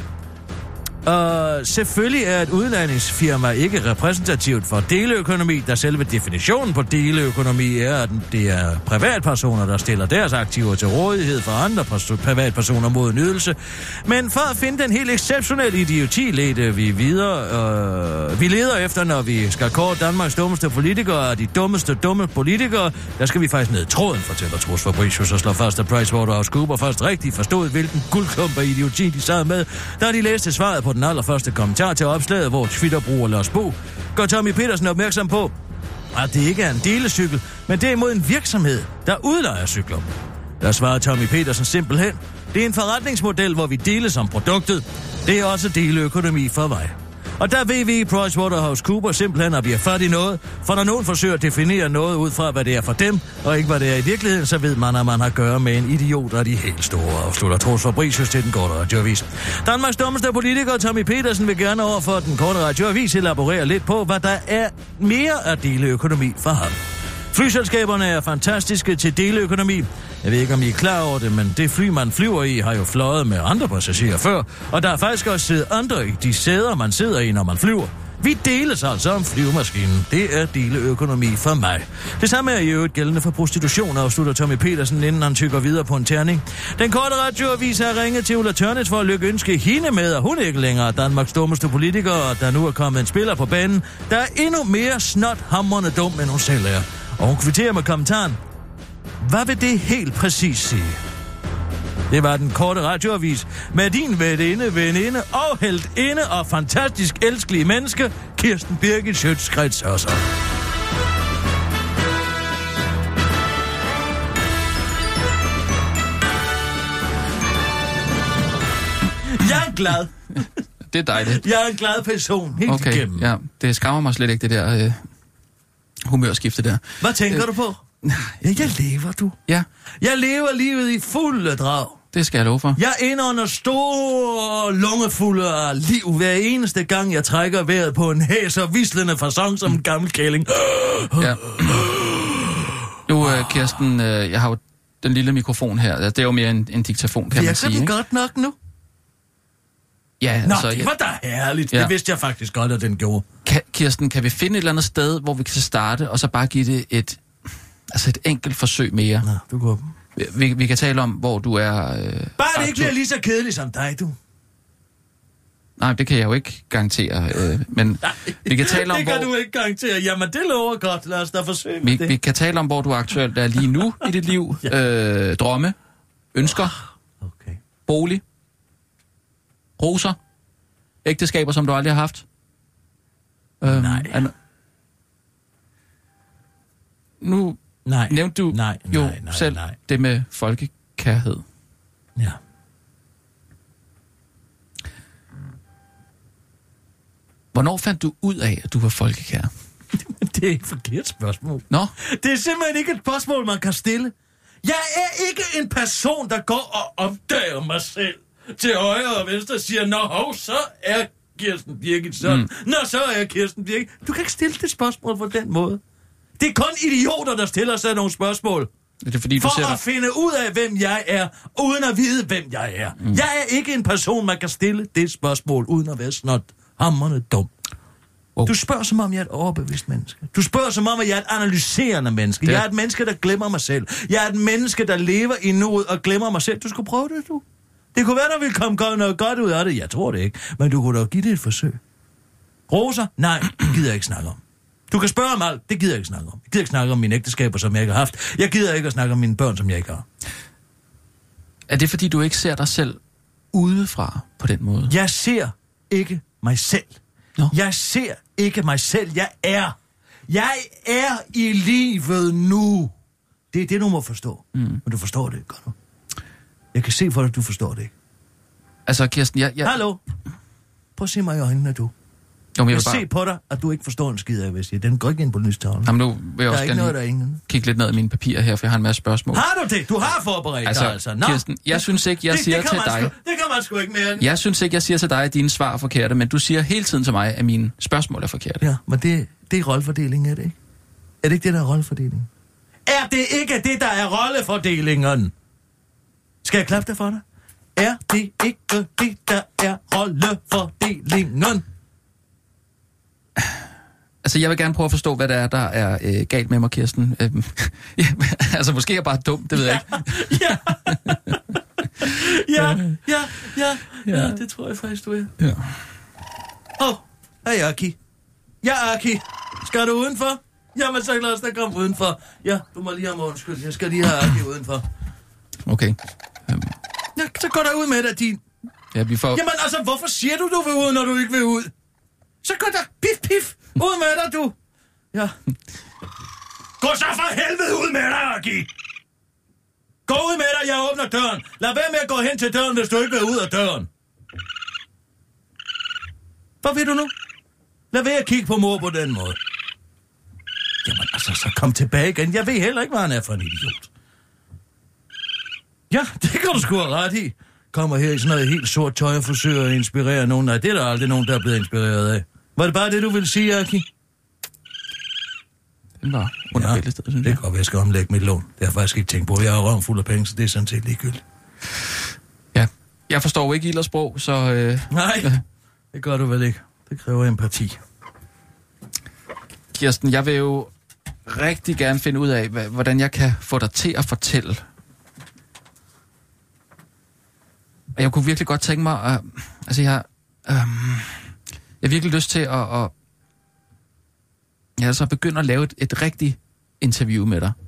Og selvfølgelig er et udlejningsfirma ikke repræsentativt for deleøkonomi, da selve definitionen på deleøkonomi er, at det er privatpersoner, der stiller deres aktiver til rådighed for andre privatpersoner mod nydelse. Men for at finde den helt exceptionelle idioti, ledte vi videre. Øh, vi leder efter, når vi skal kåre Danmarks dummeste politikere og de dummeste dumme politikere, der skal vi faktisk ned i tråden, fortæller Troels Fabricius og slår fast, at PricewaterhouseCoopers først rigtig forstod, hvilken guldklump af idioti de sad med, da de læste svaret på den allerførste kommentar til opslaget, hvor Twitter-bruger Lars Bo gør Tommy Petersen opmærksom på, at det ikke er en delecykel, men derimod en virksomhed, der udlejer cykler. Der svarer Tommy Petersen simpelthen, det er en forretningsmodel, hvor vi deles om produktet. Det er også deleøkonomi for mig. Og der ved vi i PricewaterhouseCoopers simpelthen, at vi er fat i noget, for når nogen forsøger at definere noget ud fra, hvad det er for dem, og ikke hvad det er i virkeligheden, så ved man, at man har at gøre med en idiot af de helt store, afslutter Troels Fabricius til den korte radioavis. Danmarks dummeste politiker Tommy Petersen vil gerne over for den korte radioavis elaborere lidt på, hvad der er mere af deleøkonomi for ham. Flyselskaberne er fantastiske til deleøkonomi. Jeg ved ikke, om I er klar over det, men det fly, man flyver i, har jo fløjet med andre passagerer før, og der er faktisk også siddet andre i de sæder, man sidder i, når man flyver. Vi deles altså om flyvemaskinen. Det er deleøkonomi for mig. Det samme er i øvrigt gældende for prostitution, afslutter Tommy Petersen, inden han tykker videre på en terning. Den korte radioavis har ringet til Ulla Tørnæs for at lykønske hende med, at hun ikke længere er Danmarks dummeste politiker, og der nu er kommet en spiller på banen, der er endnu mere snothamrende dum, end hun selv er. Og hun kvitterer med kommentaren: hvad vil det helt præcis sige? Det var den korte radioavis med din veninde, veninde og heltinde og fantastisk elskelige menneske, Kirsten Birgit Schiøtz Hørsholm. Jeg er glad. Det er dejligt. Jeg er en glad person, helt okay, igennem. Ja, det skræmmer mig slet ikke, det der øh, humørskifte der. Hvad tænker øh, du på? Ja, jeg lever, du. Ja. Jeg lever livet i fulde drag. Det skal jeg love for. Jeg indånder store lungefulde af liv hver eneste gang, jeg trækker vejret på en hæs og vislende facon som en gammel kælling. Ja. Nu, øh, Kirsten, øh, jeg har jo den lille mikrofon her. Det er jo mere en, en diktafon, kan man sige. Virker det ikke? godt nok nu? Ja, Nå, altså... det var da herligt. Ja. Det vidste jeg faktisk godt, at den gjorde. Kan, Kirsten, kan vi finde et eller andet sted, hvor vi kan starte, og så bare give det et, altså et enkelt forsøg mere? Nå, du går. Vi, vi kan tale om, hvor du er... Øh, Bare det ikke bliver lige så kedeligt som dig, du. Nej, det kan jeg jo ikke garantere. Øh, men Nej, vi kan tale om, det kan hvor... du ikke garantere. Jamen, det lover godt. Lad os da forsøge med Vi, det. vi kan tale om, hvor du aktuelt er lige nu i dit liv. Ja. Øh, drømme, ønsker, Okay. bolig, roser, ægteskaber, som du aldrig har haft. Øhm, Nej. An... Nu Nej. nævnte du nej, jo nej, nej, selv nej. det med folkekærhed. Ja. Hvornår fandt du ud af, at du var folkekær? Det er et forkert spørgsmål. Nå? Det er simpelthen ikke et spørgsmål, man kan stille. Jeg er ikke en person, der går og opdager mig selv til højre og venstre og siger, nå, hov, så er Kirsten Birgit sådan. Mm. Nå, så er Kirsten Birgit. Du kan ikke stille det spørgsmål på den måde. Det er kun idioter, der stiller sig nogle spørgsmål. Det er fordi, du For ser at dig... finde ud af, hvem jeg er, uden at vide, hvem jeg er. Mm. Jeg er ikke en person, man kan stille det spørgsmål, uden at være snot hamrende dum. Oh. Du spørger, som om jeg er et overbevist menneske. Du spørger, som om, at jeg er et analyserende menneske. Det... Jeg er et menneske, der glemmer mig selv. Jeg er et menneske, der lever i nuet og glemmer mig selv. Du skulle prøve det, du. Det kunne være, der ville komme noget godt ud af det. Jeg tror det ikke. Men du kunne da give det et forsøg. Roser? Nej, det gider jeg ikke snakke om. Du kan spørge om alt. Det gider jeg ikke snakke om. Jeg gider ikke snakke om mine ægteskaber, som jeg ikke har haft. Jeg gider ikke at snakke om mine børn, som jeg ikke har. Er det fordi, du ikke ser dig selv udefra på den måde? Jeg ser ikke mig selv. Nå. Jeg ser ikke mig selv. Jeg er. Jeg er i livet nu. Det er det, du må forstå. Mm. Men du forstår det ikke, gør du? Jeg kan se for dig, at du forstår det ikke. Altså, Kirsten, jeg... jeg... Hallo? Prøv at se mig i øjnene, du. Jo, men jeg Jeg vil bare... se på dig, at du ikke forstår en skid af, hvad jeg siger. Den går ikke ind på lystavlen. Jamen, nu vil jeg Der også er ikke gerne noget, lige der er ingen. kigge lidt ned i mine papirer her, for jeg har en masse spørgsmål. Har du det? Du har forberedt Altså, dig, altså. Nå. Kirsten, jeg synes ikke, jeg det, siger det til man dig... Sgu, det kan man sgu ikke mere. Jeg synes ikke, jeg siger til dig, at dine svar er forkerte, men du siger hele tiden til mig, at mine spørgsmål er forkerte. Ja, men det, det er rollefordeling, er det ikke? Er det ikke det, der er rollefordeling? Er det ikke det, der er rollefordelingen? Skal jeg klappe det for dig? Er det ikke det, der er rollefordelingen? Altså, jeg vil gerne prøve at forstå, hvad der er, der er øh, galt med mig, Kirsten. Øhm, ja, altså, måske er jeg bare dum, det ved jeg ikke. Ja. ja, ja, ja, ja, det tror jeg faktisk, du er. Ja. Åh, oh, hej Aki. Ja, Aki. Skal du udenfor? Jamen, så lad os da komme udenfor. Ja, du må lige have mig undskyld. Jeg skal lige have Aki udenfor. Okay. Øhm, Ja, så går der ud med dig, din... ja, vi får... Jamen altså, hvorfor siger du, du vil ud, når du ikke vil ud? Så går der pif, pif. Ud med dig, du. Ja. Gå så for helvede ud med dig, Aki. Gå ud med dig, jeg åbner døren. Lad være med at gå hen til døren, hvis du ikke vil ud af døren. Hvad vil du nu? Lad være at kigge på mor på den måde. Jamen altså, så kom tilbage igen. Jeg ved heller ikke, hvad han er for en idiot. Ja, det kan du sgu have ret i. Kommer her i sådan noget helt sort tøj og forsøger at inspirere nogen. Nej, det er der aldrig nogen, der er blevet inspireret af. Var det bare det, du ville sige, Aki? Den var under ja, bæltestedet, synes det jeg. kan godt være, jeg skal omlægge mit lån. Det har jeg faktisk ikke tænkt på. Jeg har røven fuld af penge, så det er sådan set ligegyldigt. Ja, jeg forstår jo ikke ildersprog, så... Øh, Nej, det gør du vel ikke. Det kræver empati. Kirsten, jeg vil jo rigtig gerne finde ud af, hvordan jeg kan få dig til at fortælle. Og jeg kunne virkelig godt tænke mig, at, altså jeg, øhm, jeg har virkelig lyst til at, at jeg altså begynde at lave et, et rigtigt interview med dig.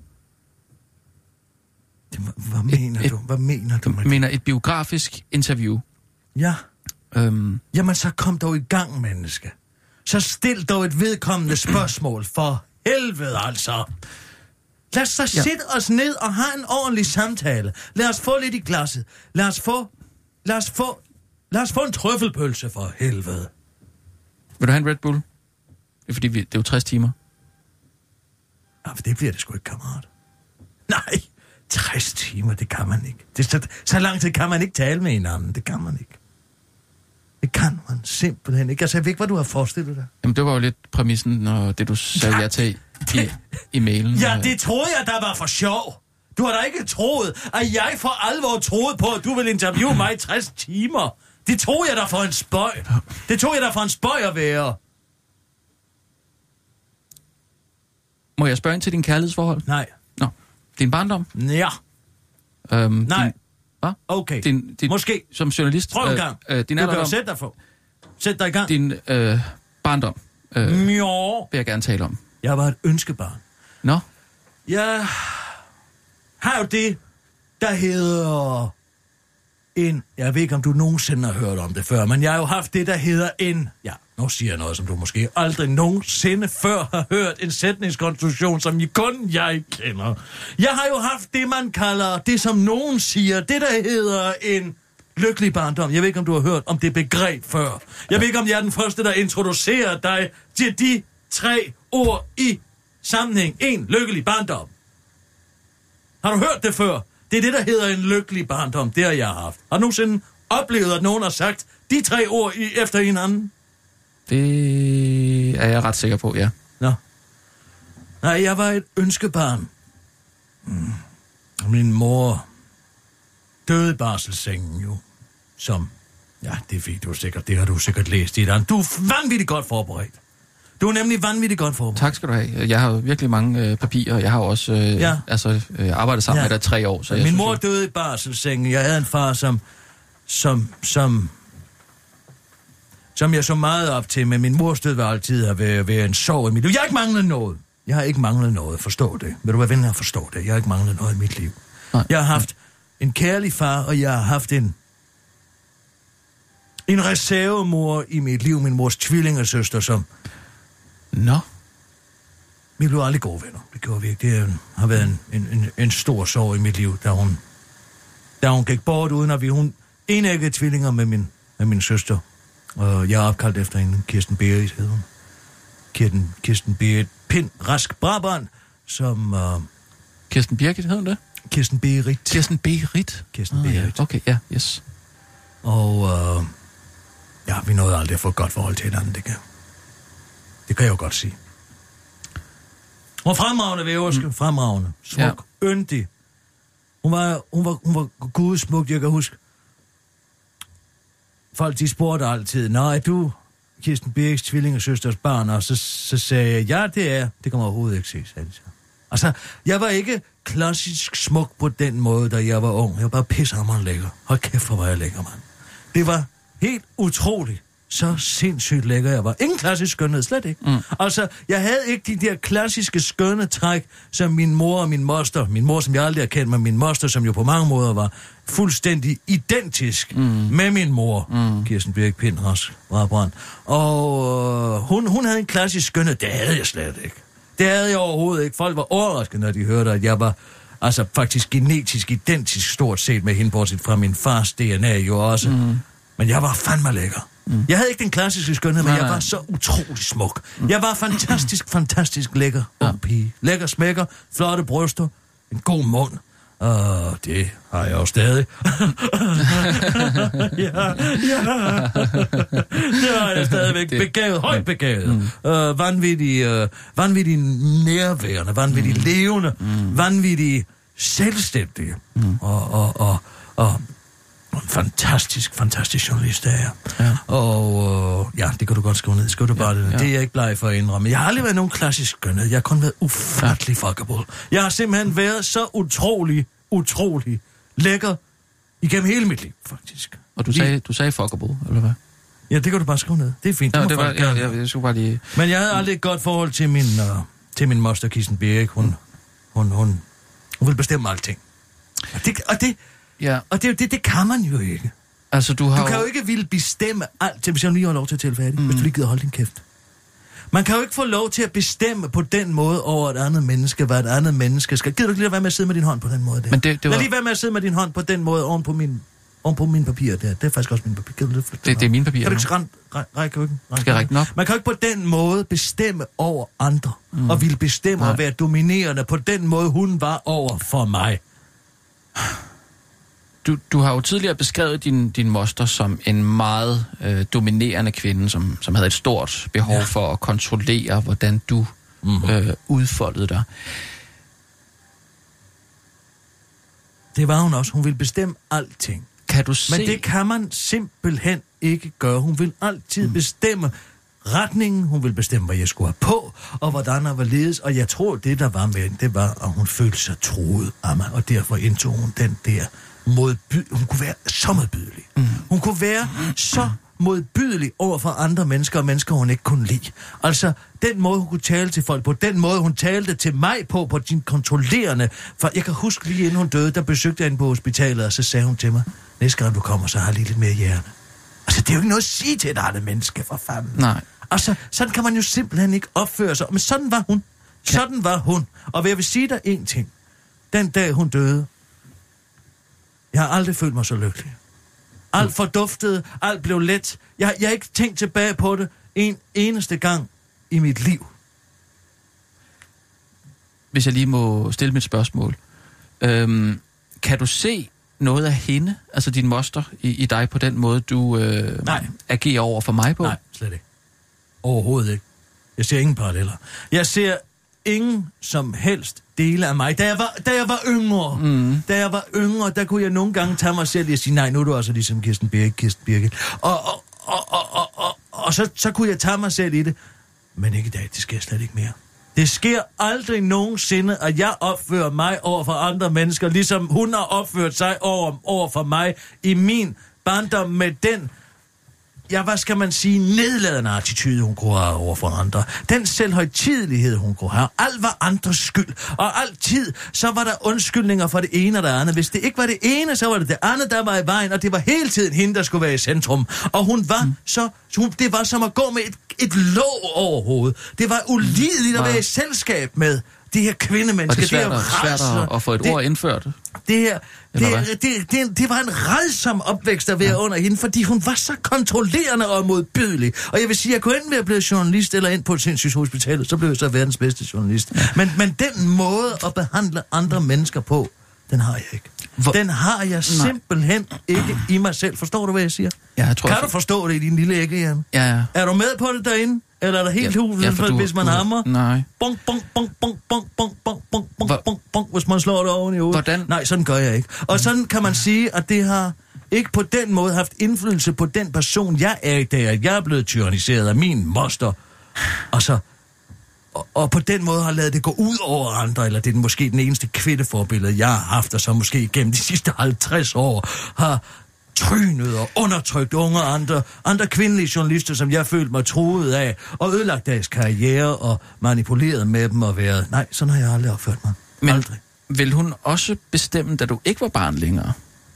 Hvad mener et, du? Hvad mener du? Jeg mener et biografisk interview. Ja. Øhm. Jamen, så kom dog i gang, menneske. Så stil dog et vedkommende spørgsmål, for helvede altså. Lad os så ja. sætte os ned og have en ordentlig samtale. Lad os få lidt i glasset. Lad os få... Lad os få... Lad os få en trøffelpølse, for helvede. Vil du have en Red Bull? Det er fordi, vi, det er jo tres timer. Ja, for det bliver det sgu ikke, kammerat. Nej, tres timer, det kan man ikke. Det, så, så lang tid kan man ikke tale med hinanden. Det kan man ikke. Det kan man simpelthen ikke. Altså, jeg ved ikke, hvad du har forestillet dig. Jamen, det var jo lidt præmissen, og det du sagde ja, ja til i, i mailen. Ja, det troede jeg, der var for sjov. Du har da ikke troet, at jeg for alvor troede på, at du ville interviewe mig i tres timer. Det troede jeg da for en spøj. Det troede jeg da for en spøj at være. Må jeg spørge ind til din kærlighedsforhold? Nej. Nå. Din barndom? Ja. Øhm, Nej. Din, hvad? Okay. Din, din, Måske. Som journalist? Prøv en gang. Øh, øh, din du kan jo sætte dig for. Sæt dig i gang. Din øh, barndom. Øh, jo. Vil jeg gerne tale om. Jeg var et ønskebarn. Nå? Jeg har jo det, der hedder en... Jeg ved ikke, om du nogensinde har hørt om det før, men jeg har jo haft det, der hedder en... Ja, nu siger jeg noget, som du måske aldrig nogensinde før har hørt. En sætningskonstruktion, som kun jeg kender. Jeg har jo haft det, man kalder det, som nogen siger. Det, der hedder en lykkelig barndom. Jeg ved ikke, om du har hørt om det begreb før. Jeg ved ikke, om jeg er den første, der introducerer dig til de tre ord i sammenhæng. En lykkelig barndom. Har du hørt det før? Det er det, der hedder en lykkelig barndom. Det har jeg haft. Har du nogensinde oplevet, at nogen har sagt de tre ord i, efter hinanden? Det er jeg ret sikker på, ja. Nå. Nej, jeg var et ønskebarn. Mm. Min mor døde i barselssengen jo. Som, ja, det ved du sikkert. Det har du sikkert læst i et andet. Du er vanvittigt godt forberedt. Du er nemlig vanvittigt godt forberedt. Tak skal du have. Jeg har jo virkelig mange øh, papirer. Jeg har jo også øh, ja. altså, øh, arbejdet sammen ja. med dig tre år. Så Min jeg mor synes, døde i barselssengen. Jeg havde en far, som, som, som, som jeg så meget op til, men min mors død var altid at være, være en sorg i mit liv. Jeg har ikke manglet noget. Jeg har ikke manglet noget. Forstå det. Vil du være venlig at forstå det? Jeg har ikke manglet noget i mit liv. Nej. Jeg har haft en kærlig far, og jeg har haft en en reservemor i mit liv. Min mors tvillingesøster, som... Nå. Vi blev aldrig gode venner. Det gjorde vi ikke. Det har været en, en, en, en stor sorg i mit liv, da hun, da hun gik bort, uden at vi... Hun enæggede tvillinger med min, med min søster. Og jeg er opkaldt efter hende. Kirsten Berit hed hun. Kirsten, Kirsten Berit Pind Rask Brabrand, som... Uh, Kirsten Birgit hed hun det? Kirsten Berit. Kirsten Berit? Kirsten oh, Berit. Ja. Okay, ja, yes. Og uh, ja, vi nåede aldrig at få et godt forhold til hinanden, det kan Det kan jeg jo godt sige. Hun var fremragende væverske, mm. fremragende, smuk, ja. yndig. Hun var, hun var, hun var gudsmuk, jeg kan huske. Folk, de spurgte altid, nej, du, Kirsten Birks tvillingesøsters barn, og så, så sagde jeg, ja, det er, det kan man overhovedet ikke se, sagde de så. Altså, jeg var ikke klassisk smuk på den måde, da jeg var ung. Jeg var bare pissehammerende lækker. Hold kæft, hvor var jeg lækker, mand. Det var helt utroligt. Så sindssygt lækker jeg var. Ingen klassisk skønhed, slet ikke. Mm. Altså, jeg havde ikke de der klassiske skønne træk, som min mor og min moster, min mor, som jeg aldrig har kendt, men min moster, som jo på mange måder var fuldstændig identisk mm. med min mor, mm. Kirsten Birk Pind Rask Brabrand. Og øh, hun, hun havde en klassisk skønhed, det havde jeg slet ikke. Det havde jeg overhovedet ikke. Folk var overrasket, når de hørte, at jeg var altså faktisk genetisk identisk stort set med hende, bortset fra min fars D N A jo også. Mm. Men jeg var fandme lækker. Mm. Jeg havde ikke den klassiske skønhed, men nej, jeg var så utrolig smuk. Mm. Jeg var fantastisk, fantastisk lækker ung ja. pige. Lækker smækker, flotte bryster, en god mund. Og det har jeg jo stadig. ja, ja. Det har jeg stadigvæk. Begavet, højt begavet. Mm. Uh, vanvittig, uh, vanvittig nærværende, vanvittig mm. levende, mm. vanvittig selvstændige. Mm. Og, og, og, og En fantastisk, fantastisk journalist, der er. Ja. Og øh, ja, det kan du godt skrive ned. Skriv du bare ja, det. ja. Det er jeg ikke bleg for at indrømme. Jeg har aldrig været nogen klassisk skønhed. Jeg har kun været ufattelig ja. fuckable. Jeg har simpelthen været så utrolig, utrolig lækker igennem hele mit liv, faktisk. Og du sagde, du sagde fuckable, eller hvad? Ja, det kan du bare skrive ned. Det er fint. Ja, det det var, ja, jeg, jeg, jeg skulle bare lige... Men jeg havde aldrig et godt forhold til min, uh, til min moster, Kirsten Birk. Hun, hun, hun, hun vil bestemme alting. Og det, og det, Ja. og det, det, det kan man jo ikke. Altså, du har Du kan jo ikke ville bestemme alt, hvis jeg lige har lov til at tælle færdig, mm. hvis du lige gider holde din kæft. Man kan jo ikke få lov til at bestemme på den måde over et andet menneske, hvad et andet menneske skal. Gider du ikke lige være med at sidde med din hånd på den måde der? Men det, det var... Lad lige være med at sidde med din hånd på den måde oven på min, oven på min papir der. Det er faktisk også min papir. Gider du det? Det, det er mine papirer. Kan du ikke række ræk, ræk, ræk, ræk, Skal jeg række den op? Man kan jo ikke på den måde bestemme over andre, mm. og ville bestemme Nej. og være dominerende på den måde, hun var over for mig. Du, du har jo tidligere beskrevet din, din moster som en meget øh, dominerende kvinde, som, som havde et stort behov ja. for at kontrollere, hvordan du mm-hmm. øh, udfoldede dig. Det var hun også. Hun ville bestemme alting. Kan du se... Men det kan man simpelthen ikke gøre. Hun vil altid mm. bestemme retningen. Hun vil bestemme, hvad jeg skulle have på, og hvordan jeg var ledes. Og jeg tror, det der var med hende, det var, at hun følte sig truet af mig, og derfor indtog hun den der modbydelig. Hun kunne være så modbydelig. Mm. Hun kunne være så modbydelig over for andre mennesker, og mennesker, hun ikke kunne lide. Altså, den måde, hun kunne tale til folk på, den måde, hun talte til mig på, på din kontrollerende. For jeg kan huske lige inden hun døde, der besøgte jeg hende på hospitalet, og så sagde hun til mig, næste gang du kommer, så har jeg lige lidt mere hjerne. Altså, det er jo ikke noget at sige til et andet menneske, for fanden. Nej. Altså, sådan kan man jo simpelthen ikke opføre sig. Men sådan var hun. Sådan var hun. Og jeg vil sige dig en ting. Den dag, hun døde, jeg har aldrig følt mig så lykkelig. Alt forduftede, alt blev let. Jeg, jeg har ikke tænkt tilbage på det en eneste gang i mit liv. Hvis jeg lige må stille mit spørgsmål. Øhm, kan du se noget af hende, altså din moster, i, i dig på den måde, du øh, agerer over for mig på? Nej, slet ikke. Overhovedet ikke. Jeg ser ingen paralleller. Jeg ser ingen som helst dele af mig. Da jeg var, da jeg var yngre, mm. da jeg var yngre, der kunne jeg nogle gange tage mig selv og sige, nej, nu er du også ligesom Kirsten Birgit, Kirsten Birgit. Og, og, og, og, og, og, og så, så kunne jeg tage mig selv i det. Men ikke i dag, det sker slet ikke mere. Det sker aldrig nogensinde, at jeg opfører mig over for andre mennesker, ligesom hun har opført sig over, over for mig i min barndom med den, ja, hvad skal man sige, nedladende attitude, hun kunne have over for andre. Den selvhøjtidelighed, hun kunne have. Alt var andres skyld. Og altid, så var der undskyldninger for det ene og det andet. Hvis det ikke var det ene, så var det det andet, der var i vejen. Og det var hele tiden hende, der skulle være i centrum. Og hun var mm. så... Hun, det var som at gå med et, et låg over hovedet. Det var ulideligt at være i selskab med de her kvindemennesker. Og det er svært, det svært at, at få et det, ord indført. Det her... Det, det, det, det var en rædsom opvækst at være ja. under hende, fordi hun var så kontrollerende og modbydelig. Og jeg vil sige, at jeg kunne enten være blevet journalist eller ind på et sindssygehospital, så blev jeg så verdens bedste journalist. Ja. Men, men den måde at behandle andre mennesker på, den har jeg ikke. Hvor? Den har jeg Nej. simpelthen ikke i mig selv. Forstår du, hvad jeg siger? Ja, jeg tror, kan jeg... du forstå det i din lille ægge, Jan? Ja, ja. Er du med på det derinde? Eller er der helt ja, huset, ja, du, hvis man du, hammer? Nej. Bong, bong, bong, bong, bong, bong, bong, bong, bong, bong, bong, hvis man slår det oven i hovedet. Hvordan? Nej, sådan gør jeg ikke. Og sådan kan man sige, at det har ikke på den måde haft indflydelse på den person, jeg er i dag. At jeg er blevet tyranniseret af min moster. Og så... Og, og på den måde har lavet det gå ud over andre, eller det er måske den eneste kvindeforbillede, jeg har haft, og så måske gennem de sidste halvtreds år har trynet og undertrykt unge og andre, andre kvindelige journalister, som jeg følte mig truet af, og ødelagt deres karriere og manipuleret med dem og været. Nej, sådan har jeg aldrig opført mig. Men aldrig. Vil hun også bestemme, da du ikke var barn længere?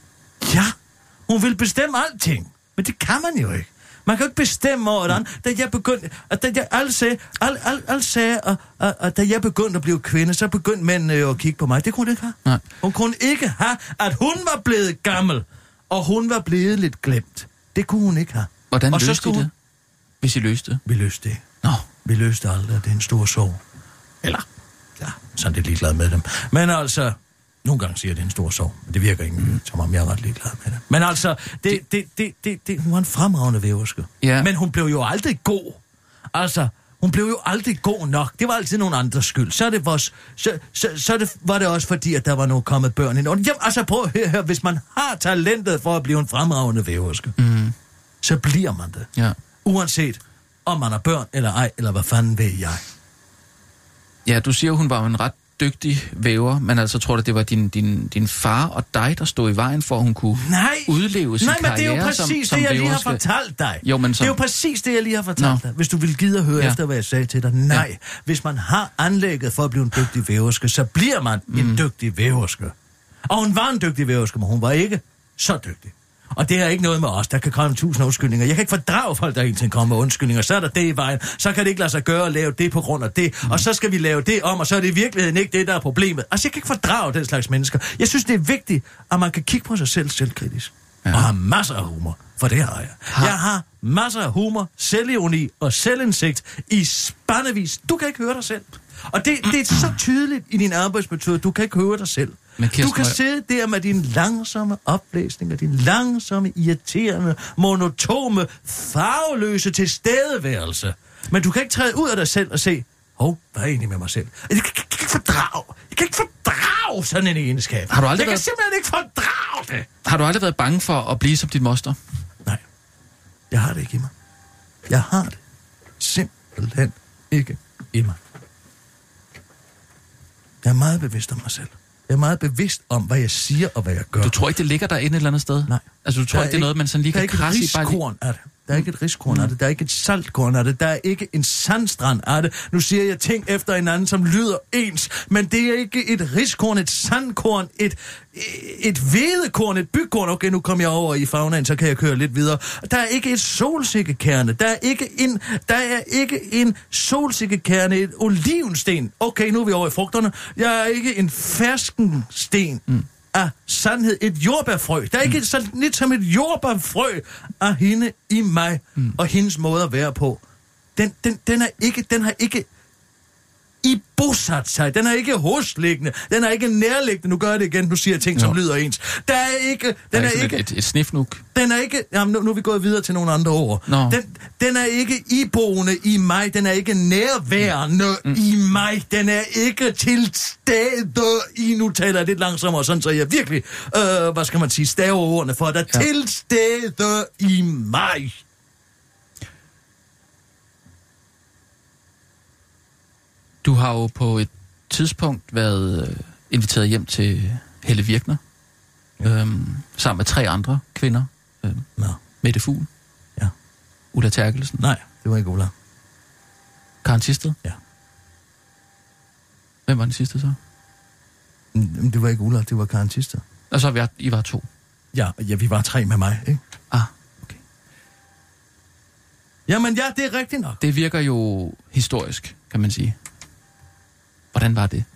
Ja, hun vil bestemme alting, men det kan man jo ikke. Man kan jo ikke bestemme over den. Da jeg begyndte, at da jeg alle sagde, alle, alle, alle sagde at, at, at da jeg begyndte at blive kvinde, så begyndte mændene jo at kigge på mig. Det kunne hun ikke have. Nej. Hun kunne ikke have, at hun var blevet gammel, og hun var blevet lidt glemt. Det kunne hun ikke have. Hvordan og løste I det, hun... hvis I løste det? Vi løste det. Nå. Vi løste aldrig, det er en stor sorg. Eller, ja, sådan lidt ligeglad med dem. Men altså... Nogle gange siger, at det er en stor sorg, men det virker ikke, mm. som om jeg er ret ligeglad med det. Men altså, det, det, det, det, det, det, hun var en fremragende væverske. Ja. Men hun blev jo aldrig god. Altså, Hun blev jo aldrig god nok. Det var altid nogen andres skyld. Så, er det vores, så, så, så det, var det også fordi, at der var nogle kommet børn ind. Og jamen, altså prøv at høre her. Hvis man har talentet for at blive en fremragende væverske, mm. så bliver man det. Ja. Uanset om man har børn eller ej, eller hvad fanden ved jeg. Ja, du siger, hun var en ret dygtig væver, men altså tror du, det var din, din, din far og dig, der stod i vejen for, at hun kunne Nej. udleve sin Nej, men karriere det er jo præcis som, det, som jeg lige har væverske. fortalt dig. Jo, men så... Det er jo præcis det, jeg lige har fortalt Nå. dig. Hvis du vil gide at høre Ja. efter, hvad jeg sagde til dig. Nej, Ja. hvis man har anlægget for at blive en dygtig væverske, så bliver man mm. en dygtig væverske. Og hun var en dygtig væverske, men hun var ikke så dygtig. Og det er ikke noget med os, der kan komme tusind undskyldninger. Jeg kan ikke fordrage folk, der hele tiden kommer med undskyldninger. Så er der det i vejen. Så kan det ikke lade sig gøre at lave det på grund af det. Mm. Og så skal vi lave det om, og så er det i virkeligheden ikke det, der er problemet. Altså, jeg kan ikke fordrage den slags mennesker. Jeg synes, det er vigtigt, at man kan kigge på sig selv selvkritisk. Ja. Og har masser af humor. For det har jeg. Ha. Jeg har masser af humor, selvironi og selvindsigt i spandevis. Du kan ikke høre dig selv. Og det, det er så tydeligt i din arbejdsmetode. Du kan ikke høre dig selv. Kirsten, du kan sidde der med din langsomme oplæsning og din langsomme, irriterende, monotome, farveløse tilstedeværelse. Men du kan ikke træde ud af dig selv og se, hov, hvad er egentlig med mig selv? Jeg kan, kan, kan ikke fordrage. Jeg kan ikke fordrage sådan en egenskab. Har du aldrig jeg været... kan simpelthen ikke fordrage det. Har du aldrig været bange for at blive som din moster? Nej, jeg har det ikke i mig. Jeg har det simpelthen ikke i mig. Jeg er meget bevidst om mig selv. Jeg er meget bevidst om, hvad jeg siger og hvad jeg gør. Du tror ikke, det ligger der inde et eller andet sted? Nej. Altså, du tror ikke, det er noget, man sådan lige kan krasse i? Der er ikke et riskorn af det. Der er ikke et riskorn af det. Der er ikke et saltkorn af det. Der er ikke en sandstrand af det. Nu siger jeg ting efter hinanden, som lyder ens. Men det er ikke et riskorn, et sandkorn, et, et hvedekorn, et bygkorn. Okay, nu kommer jeg over i faunaen, så kan jeg køre lidt videre. Der er ikke et solsikkekerne. Der er ikke en, der er ikke en solsikkekerne, et olivensten. Okay, nu er vi over i frugterne. Jeg er ikke en ferskensten. Mm. af sandhed, et jordbærfrø. Der er ikke mm. så lidt som et jordbærfrø af hende i mig, mm. og hendes måde at være på. Den, den, den, er ikke, den har ikke i bosat sig. Den er ikke hosliggende. Den er ikke nærliggende. Nu gør jeg det igen. Nu siger jeg ting, jo. som lyder ens. Der er ikke... Den der er, er ikke ikke et, et snifnuk. Den er ikke... Jamen, nu, nu er vi gået videre til nogle andre ord. No. Den, den er ikke iboende i mig. Den er ikke nærværende mm. i mig. Den er ikke til stede i... Nu taler jeg lidt langsommere, sådan så jeg virkelig... Øh, hvad skal man sige? Staver ordene for. Der ja. til stede i mig. Du har jo på et tidspunkt været øh, inviteret hjem til Helle Virkner, øhm, sammen med tre andre kvinder. Øhm, Nå. Mette Fugl. Ja. Ulla Terkelsen. Nej, det var ikke Ulla. Karen Thisted. Ja. Hvem var den sidste så? Mm, det var ikke Ulla, det var Karen Thisted. Og så var I var to. Ja, ja, vi var tre med mig, ikke? Ah, okay. Jamen ja, det er rigtigt nok. Det virker jo historisk, kan man sige. Hvordan var det?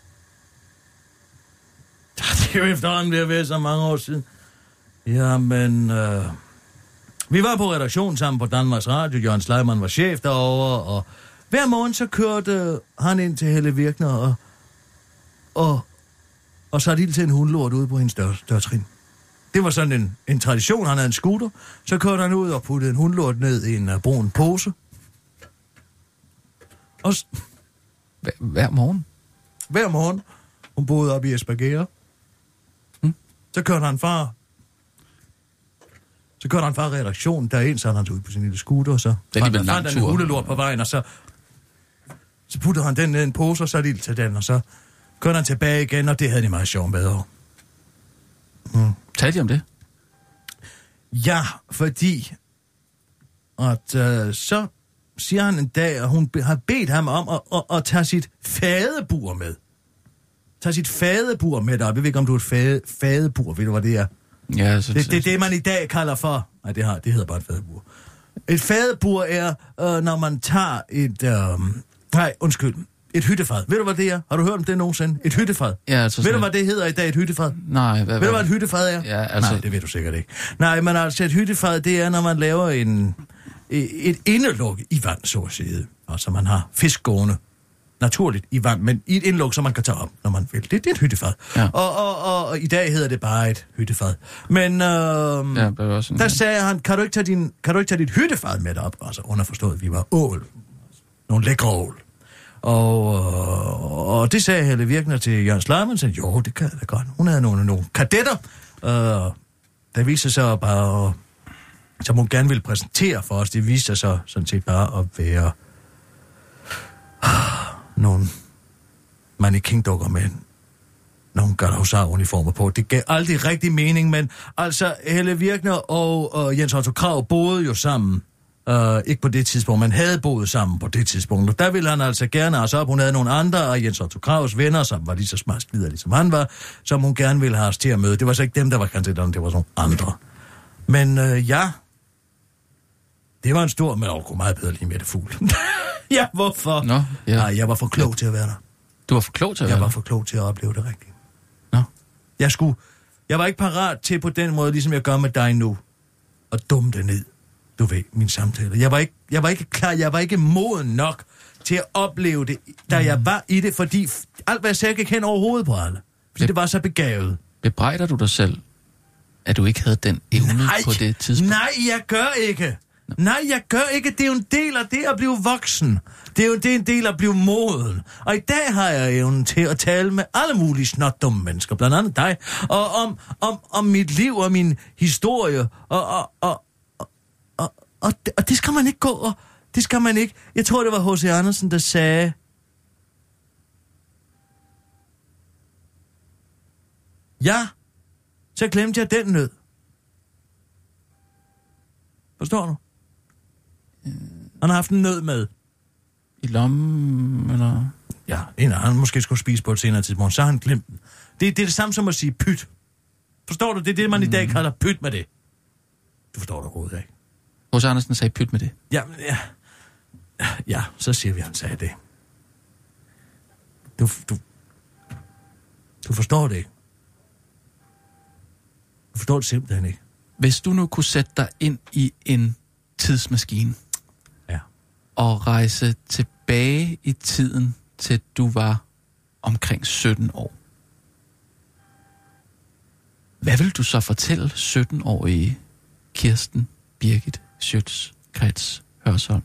Det er jo efterhånden ved at være så mange år siden. Jamen, øh, vi var på redaktion sammen på Danmarks Radio. Jørgen Sleiman var chef derovre, og hver morgen så kørte han ind til Helle Virkner og, og, og satte ild til en hundlort ude på hendes dør, dørtrin. Det var sådan en, en tradition. Han havde en scooter. Så kørte han ud og puttede en hundlort ned i en uh, brun pose. Og... Hver morgen? Hver morgen. Hun boede op i Esbjerg. Hmm? Så kørte han far. Så kørte han far i redaktionen. Der en, så han ud på sin lille scooter, og så det er fandt, han fandt han en hundelort på vejen, og så, så puttede han den ned i en pose, og så ild til den, og så kørte han tilbage igen, og det havde de meget sjovt med over. Hmm. Talte I om det? Ja, fordi at øh, så siger han en dag, at hun har bedt ham om at, at, at tage sit fadebur med. Tag sit fadebur med dig. Jeg ved ikke, om du er et fade, fadebur. Ved du, hvad det er? Ja, så, det, det er det, man i dag kalder for... Nej, det, har, det hedder bare et fadebur. Et fadebur er, øh, når man tager et... Øh, nej, undskyld. Et hyttefad. Ved du, hvad det er? Har du hørt om det nogensinde? Et hyttefad. Ja, altså ved du, hvad det hedder i dag, et hyttefad? Nej. Hvad, ved du, hvad et hyttefad er? Ja, altså... Nej, det ved du sikkert ikke. Nej, men altså et hyttefad, det er, når man laver en... et indeluk i vand, så at sige. Altså, man har fisk gående naturligt i vand, men i et indluk, som man kan tage op, når man vil. Det, det er et hyttefad. Ja. Og, og, og, og i dag hedder det bare et hyttefad. Men øh, ja, der sagde han, kan du, ikke tage din, kan du ikke tage dit hyttefad med op? Altså underforstået, vi var ål. nogle lækre ål. Og, og det sagde Helle Virkner til Jørgen Sleiman, sagde, jo, det kan jeg da godt. Hun havde nogle, nogle kadetter, og der viste sig bare, som hun gerne ville præsentere for os, det viste sig så sådan set bare at være nogle mannequin-dukker med nogle Gardehusar-uniformer på. Det gav aldrig rigtig mening, men altså Helle Virkner og, og Jens Otto Krag boede jo sammen. Uh, ikke på det tidspunkt, man havde boet sammen på det tidspunkt. Og der ville han altså gerne have os op. Hun havde nogle andre af Jens Otto Krags venner, som var lige så smart skider, ligesom han var, som hun gerne ville have os til at møde. Det var så ikke dem, der var kandidaterne, det var sådan andre. Men uh, ja, det var en stor, men også meget bedre lige med det fugl. Ja, hvorfor? Nå, ja. Nej, jeg var for klog ja. til at være der. Du var for klog til at jeg være Jeg var for klog til at opleve det rigtigt. Nå. Jeg skulle, jeg var ikke parat til på den måde, ligesom jeg gør med dig nu, at dumme det ned. Du ved, min samtale. Jeg var ikke, jeg var ikke klar, jeg var ikke moden nok til at opleve det, da mm. jeg var i det, fordi alt, hvad jeg sagde, gik hen over hovedet på alle. Fordi Be- det var så begavet. Bebrejder du dig selv, at du ikke havde den evne nej, på det tidspunkt? Nej, jeg gør ikke. Nå. Nej, jeg gør ikke. Det er jo en del af det at blive voksen. Det er jo det er en del af at blive moden. Og i dag har jeg evnen til at tale med alle mulige snotdumme mennesker, blandt andet dig, og om, om, om mit liv og min historie, og, og, og Og det, og det skal man ikke gå, og det skal man ikke. Jeg tror, det var H C Andersen, der sagde, ja, så glemte jeg den nød. Forstår du? Han har haft en nød med. I lommen, eller? Ja, en af han måske skulle spise på et senere tidspunkt, så har han glemt den. Det, det er det samme som at sige pyt. Forstår du? Det er det, man mm. i dag kalder pyt med det. Du forstår det overhovedet ikke. H C Andersen sagde pyt med det. Ja, ja, ja, så siger vi, at han sagde det. Du, du, du forstår det ikke. Du forstår det simpelthen ikke. Hvis du nu kunne sætte dig ind i en tidsmaskine, ja, og rejse tilbage i tiden, til du var omkring sytten år, hvad vil du så fortælle sytten-årige Kirsten Birgit Schøtz-Krets Hørsholm?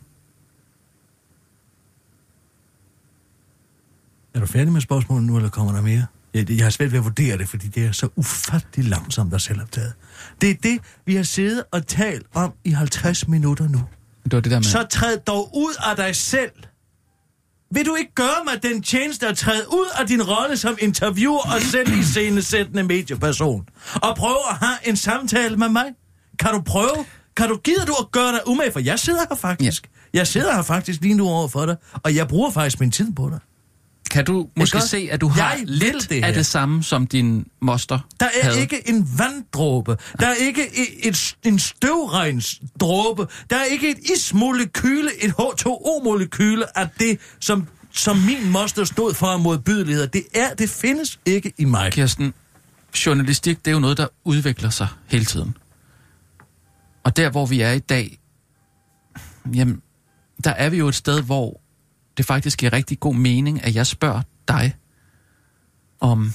Er du færdig med spørgsmålet nu, eller kommer der mere? Jeg, jeg har svært ved at vurdere det, fordi det er så ufattelig langsomt og selvoptaget. Det er det, vi har siddet og talt om i halvtreds minutter nu. Det var det der med... Så træd dog ud af dig selv. Vil du ikke gøre mig den tjeneste at træde ud af din rolle som interviewer og selv i scenesættende medieperson? Og prøve at have en samtale med mig? Kan du prøve? Kan du, gider du at gøre dig umage? For jeg sidder her faktisk. Ja. Jeg sidder her faktisk lige nu over for dig, og jeg bruger faktisk min tid på dig. Kan du måske se, at du har jeg lidt det af det samme, som din moster Der er havde? ikke en vanddråbe. Der er ikke et, et, en støvregnsdråbe. Der er ikke et ismolekyle, et H to O-molekyle af det, som, som min moster stod for af modbydeligheder. Det er, det findes ikke i mig. Kirsten, journalistik, det er jo noget, der udvikler sig hele tiden. Og der, hvor vi er i dag, jamen, der er vi jo et sted, hvor det faktisk giver rigtig god mening, at jeg spørger dig om...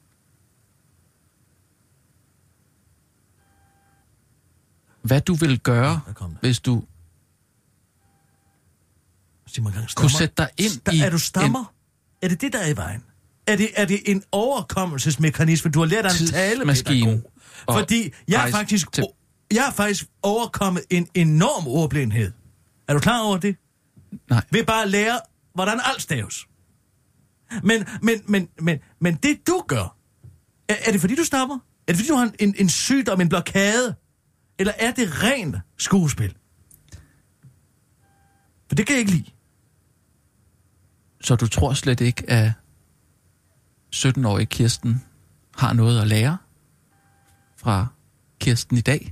hvad du vil gøre, hvis du kunne sætte dig ind Sta- i... Er du stammer? En... Er det det, der er i vejen? Er det, er det en overkommelsesmekanisme? Du har lært at tale pædagog. Fordi jeg er faktisk... Til... Jeg har faktisk overkommet en enorm ordblindhed. Er du klar over det? Nej. Ved bare at lære, hvordan alt staves. Men, men, men, men, men det du gør, er, er det fordi du stammer? Er det fordi du har en, en sygdom, en blokade? Eller er det rent skuespil? For det kan jeg ikke lide. Så du tror slet ikke, at sytten-årige Kirsten har noget at lære fra Kirsten i dag?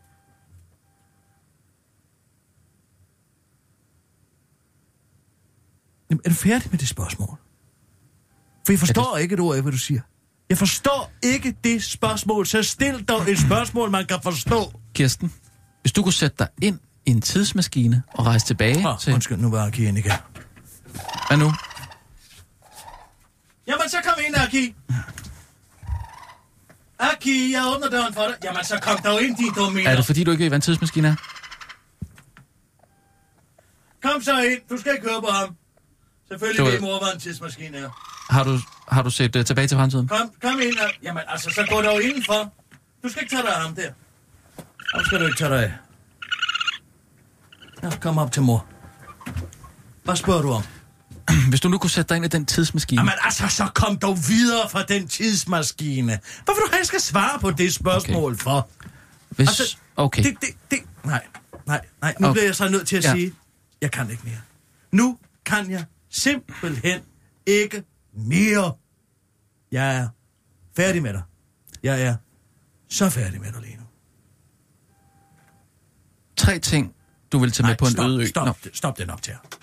Jamen, er du færdig med det spørgsmål? For jeg forstår det... ikke et ord af, hvad du siger. Jeg forstår ikke det spørgsmål, så stil dog et spørgsmål, man kan forstå. Kirsten, hvis du kunne sætte dig ind i en tidsmaskine og rejse tilbage oh, til... Undskyld, nu var Aki ind igen. Hvad nu? Jamen, så kom ind, Aki. Aki, jeg åbner døren for dig. Jamen, så kom dog ind, de dumme. Er det fordi, du ikke ved, hvad en tidsmaskine er? kom så ind. Du skal ikke høre på ham. Selvfølgelig Du- ved mor, hvad en tidsmaskine er. Har du, har du set uh, Tilbage til fremtiden? Kom, kom ind. Og... Jamen, altså, så gå dog indenfor. Du skal ikke tage dig af ham der. Ham skal du ikke tage dig af. Ja, kom op til mor. Hvad spørger du om? Hvis du nu kunne sætte dig ind i den tidsmaskine... Jamen altså, så kom dog videre fra den tidsmaskine. Hvorfor du har jeg skal svare på det spørgsmål okay. for? Hvis... Altså, okay. Det, det, det... Nej, nej, nej. Nu okay. bliver jeg så nødt til at ja. sige, jeg kan ikke mere. Nu kan jeg simpelthen ikke mere. Jeg er færdig med dig. Jeg er så færdig med dig lige nu. Tre ting, du vil tage Nej, med på en stop, øde ø. Stop, Nå. stop, stop den optager.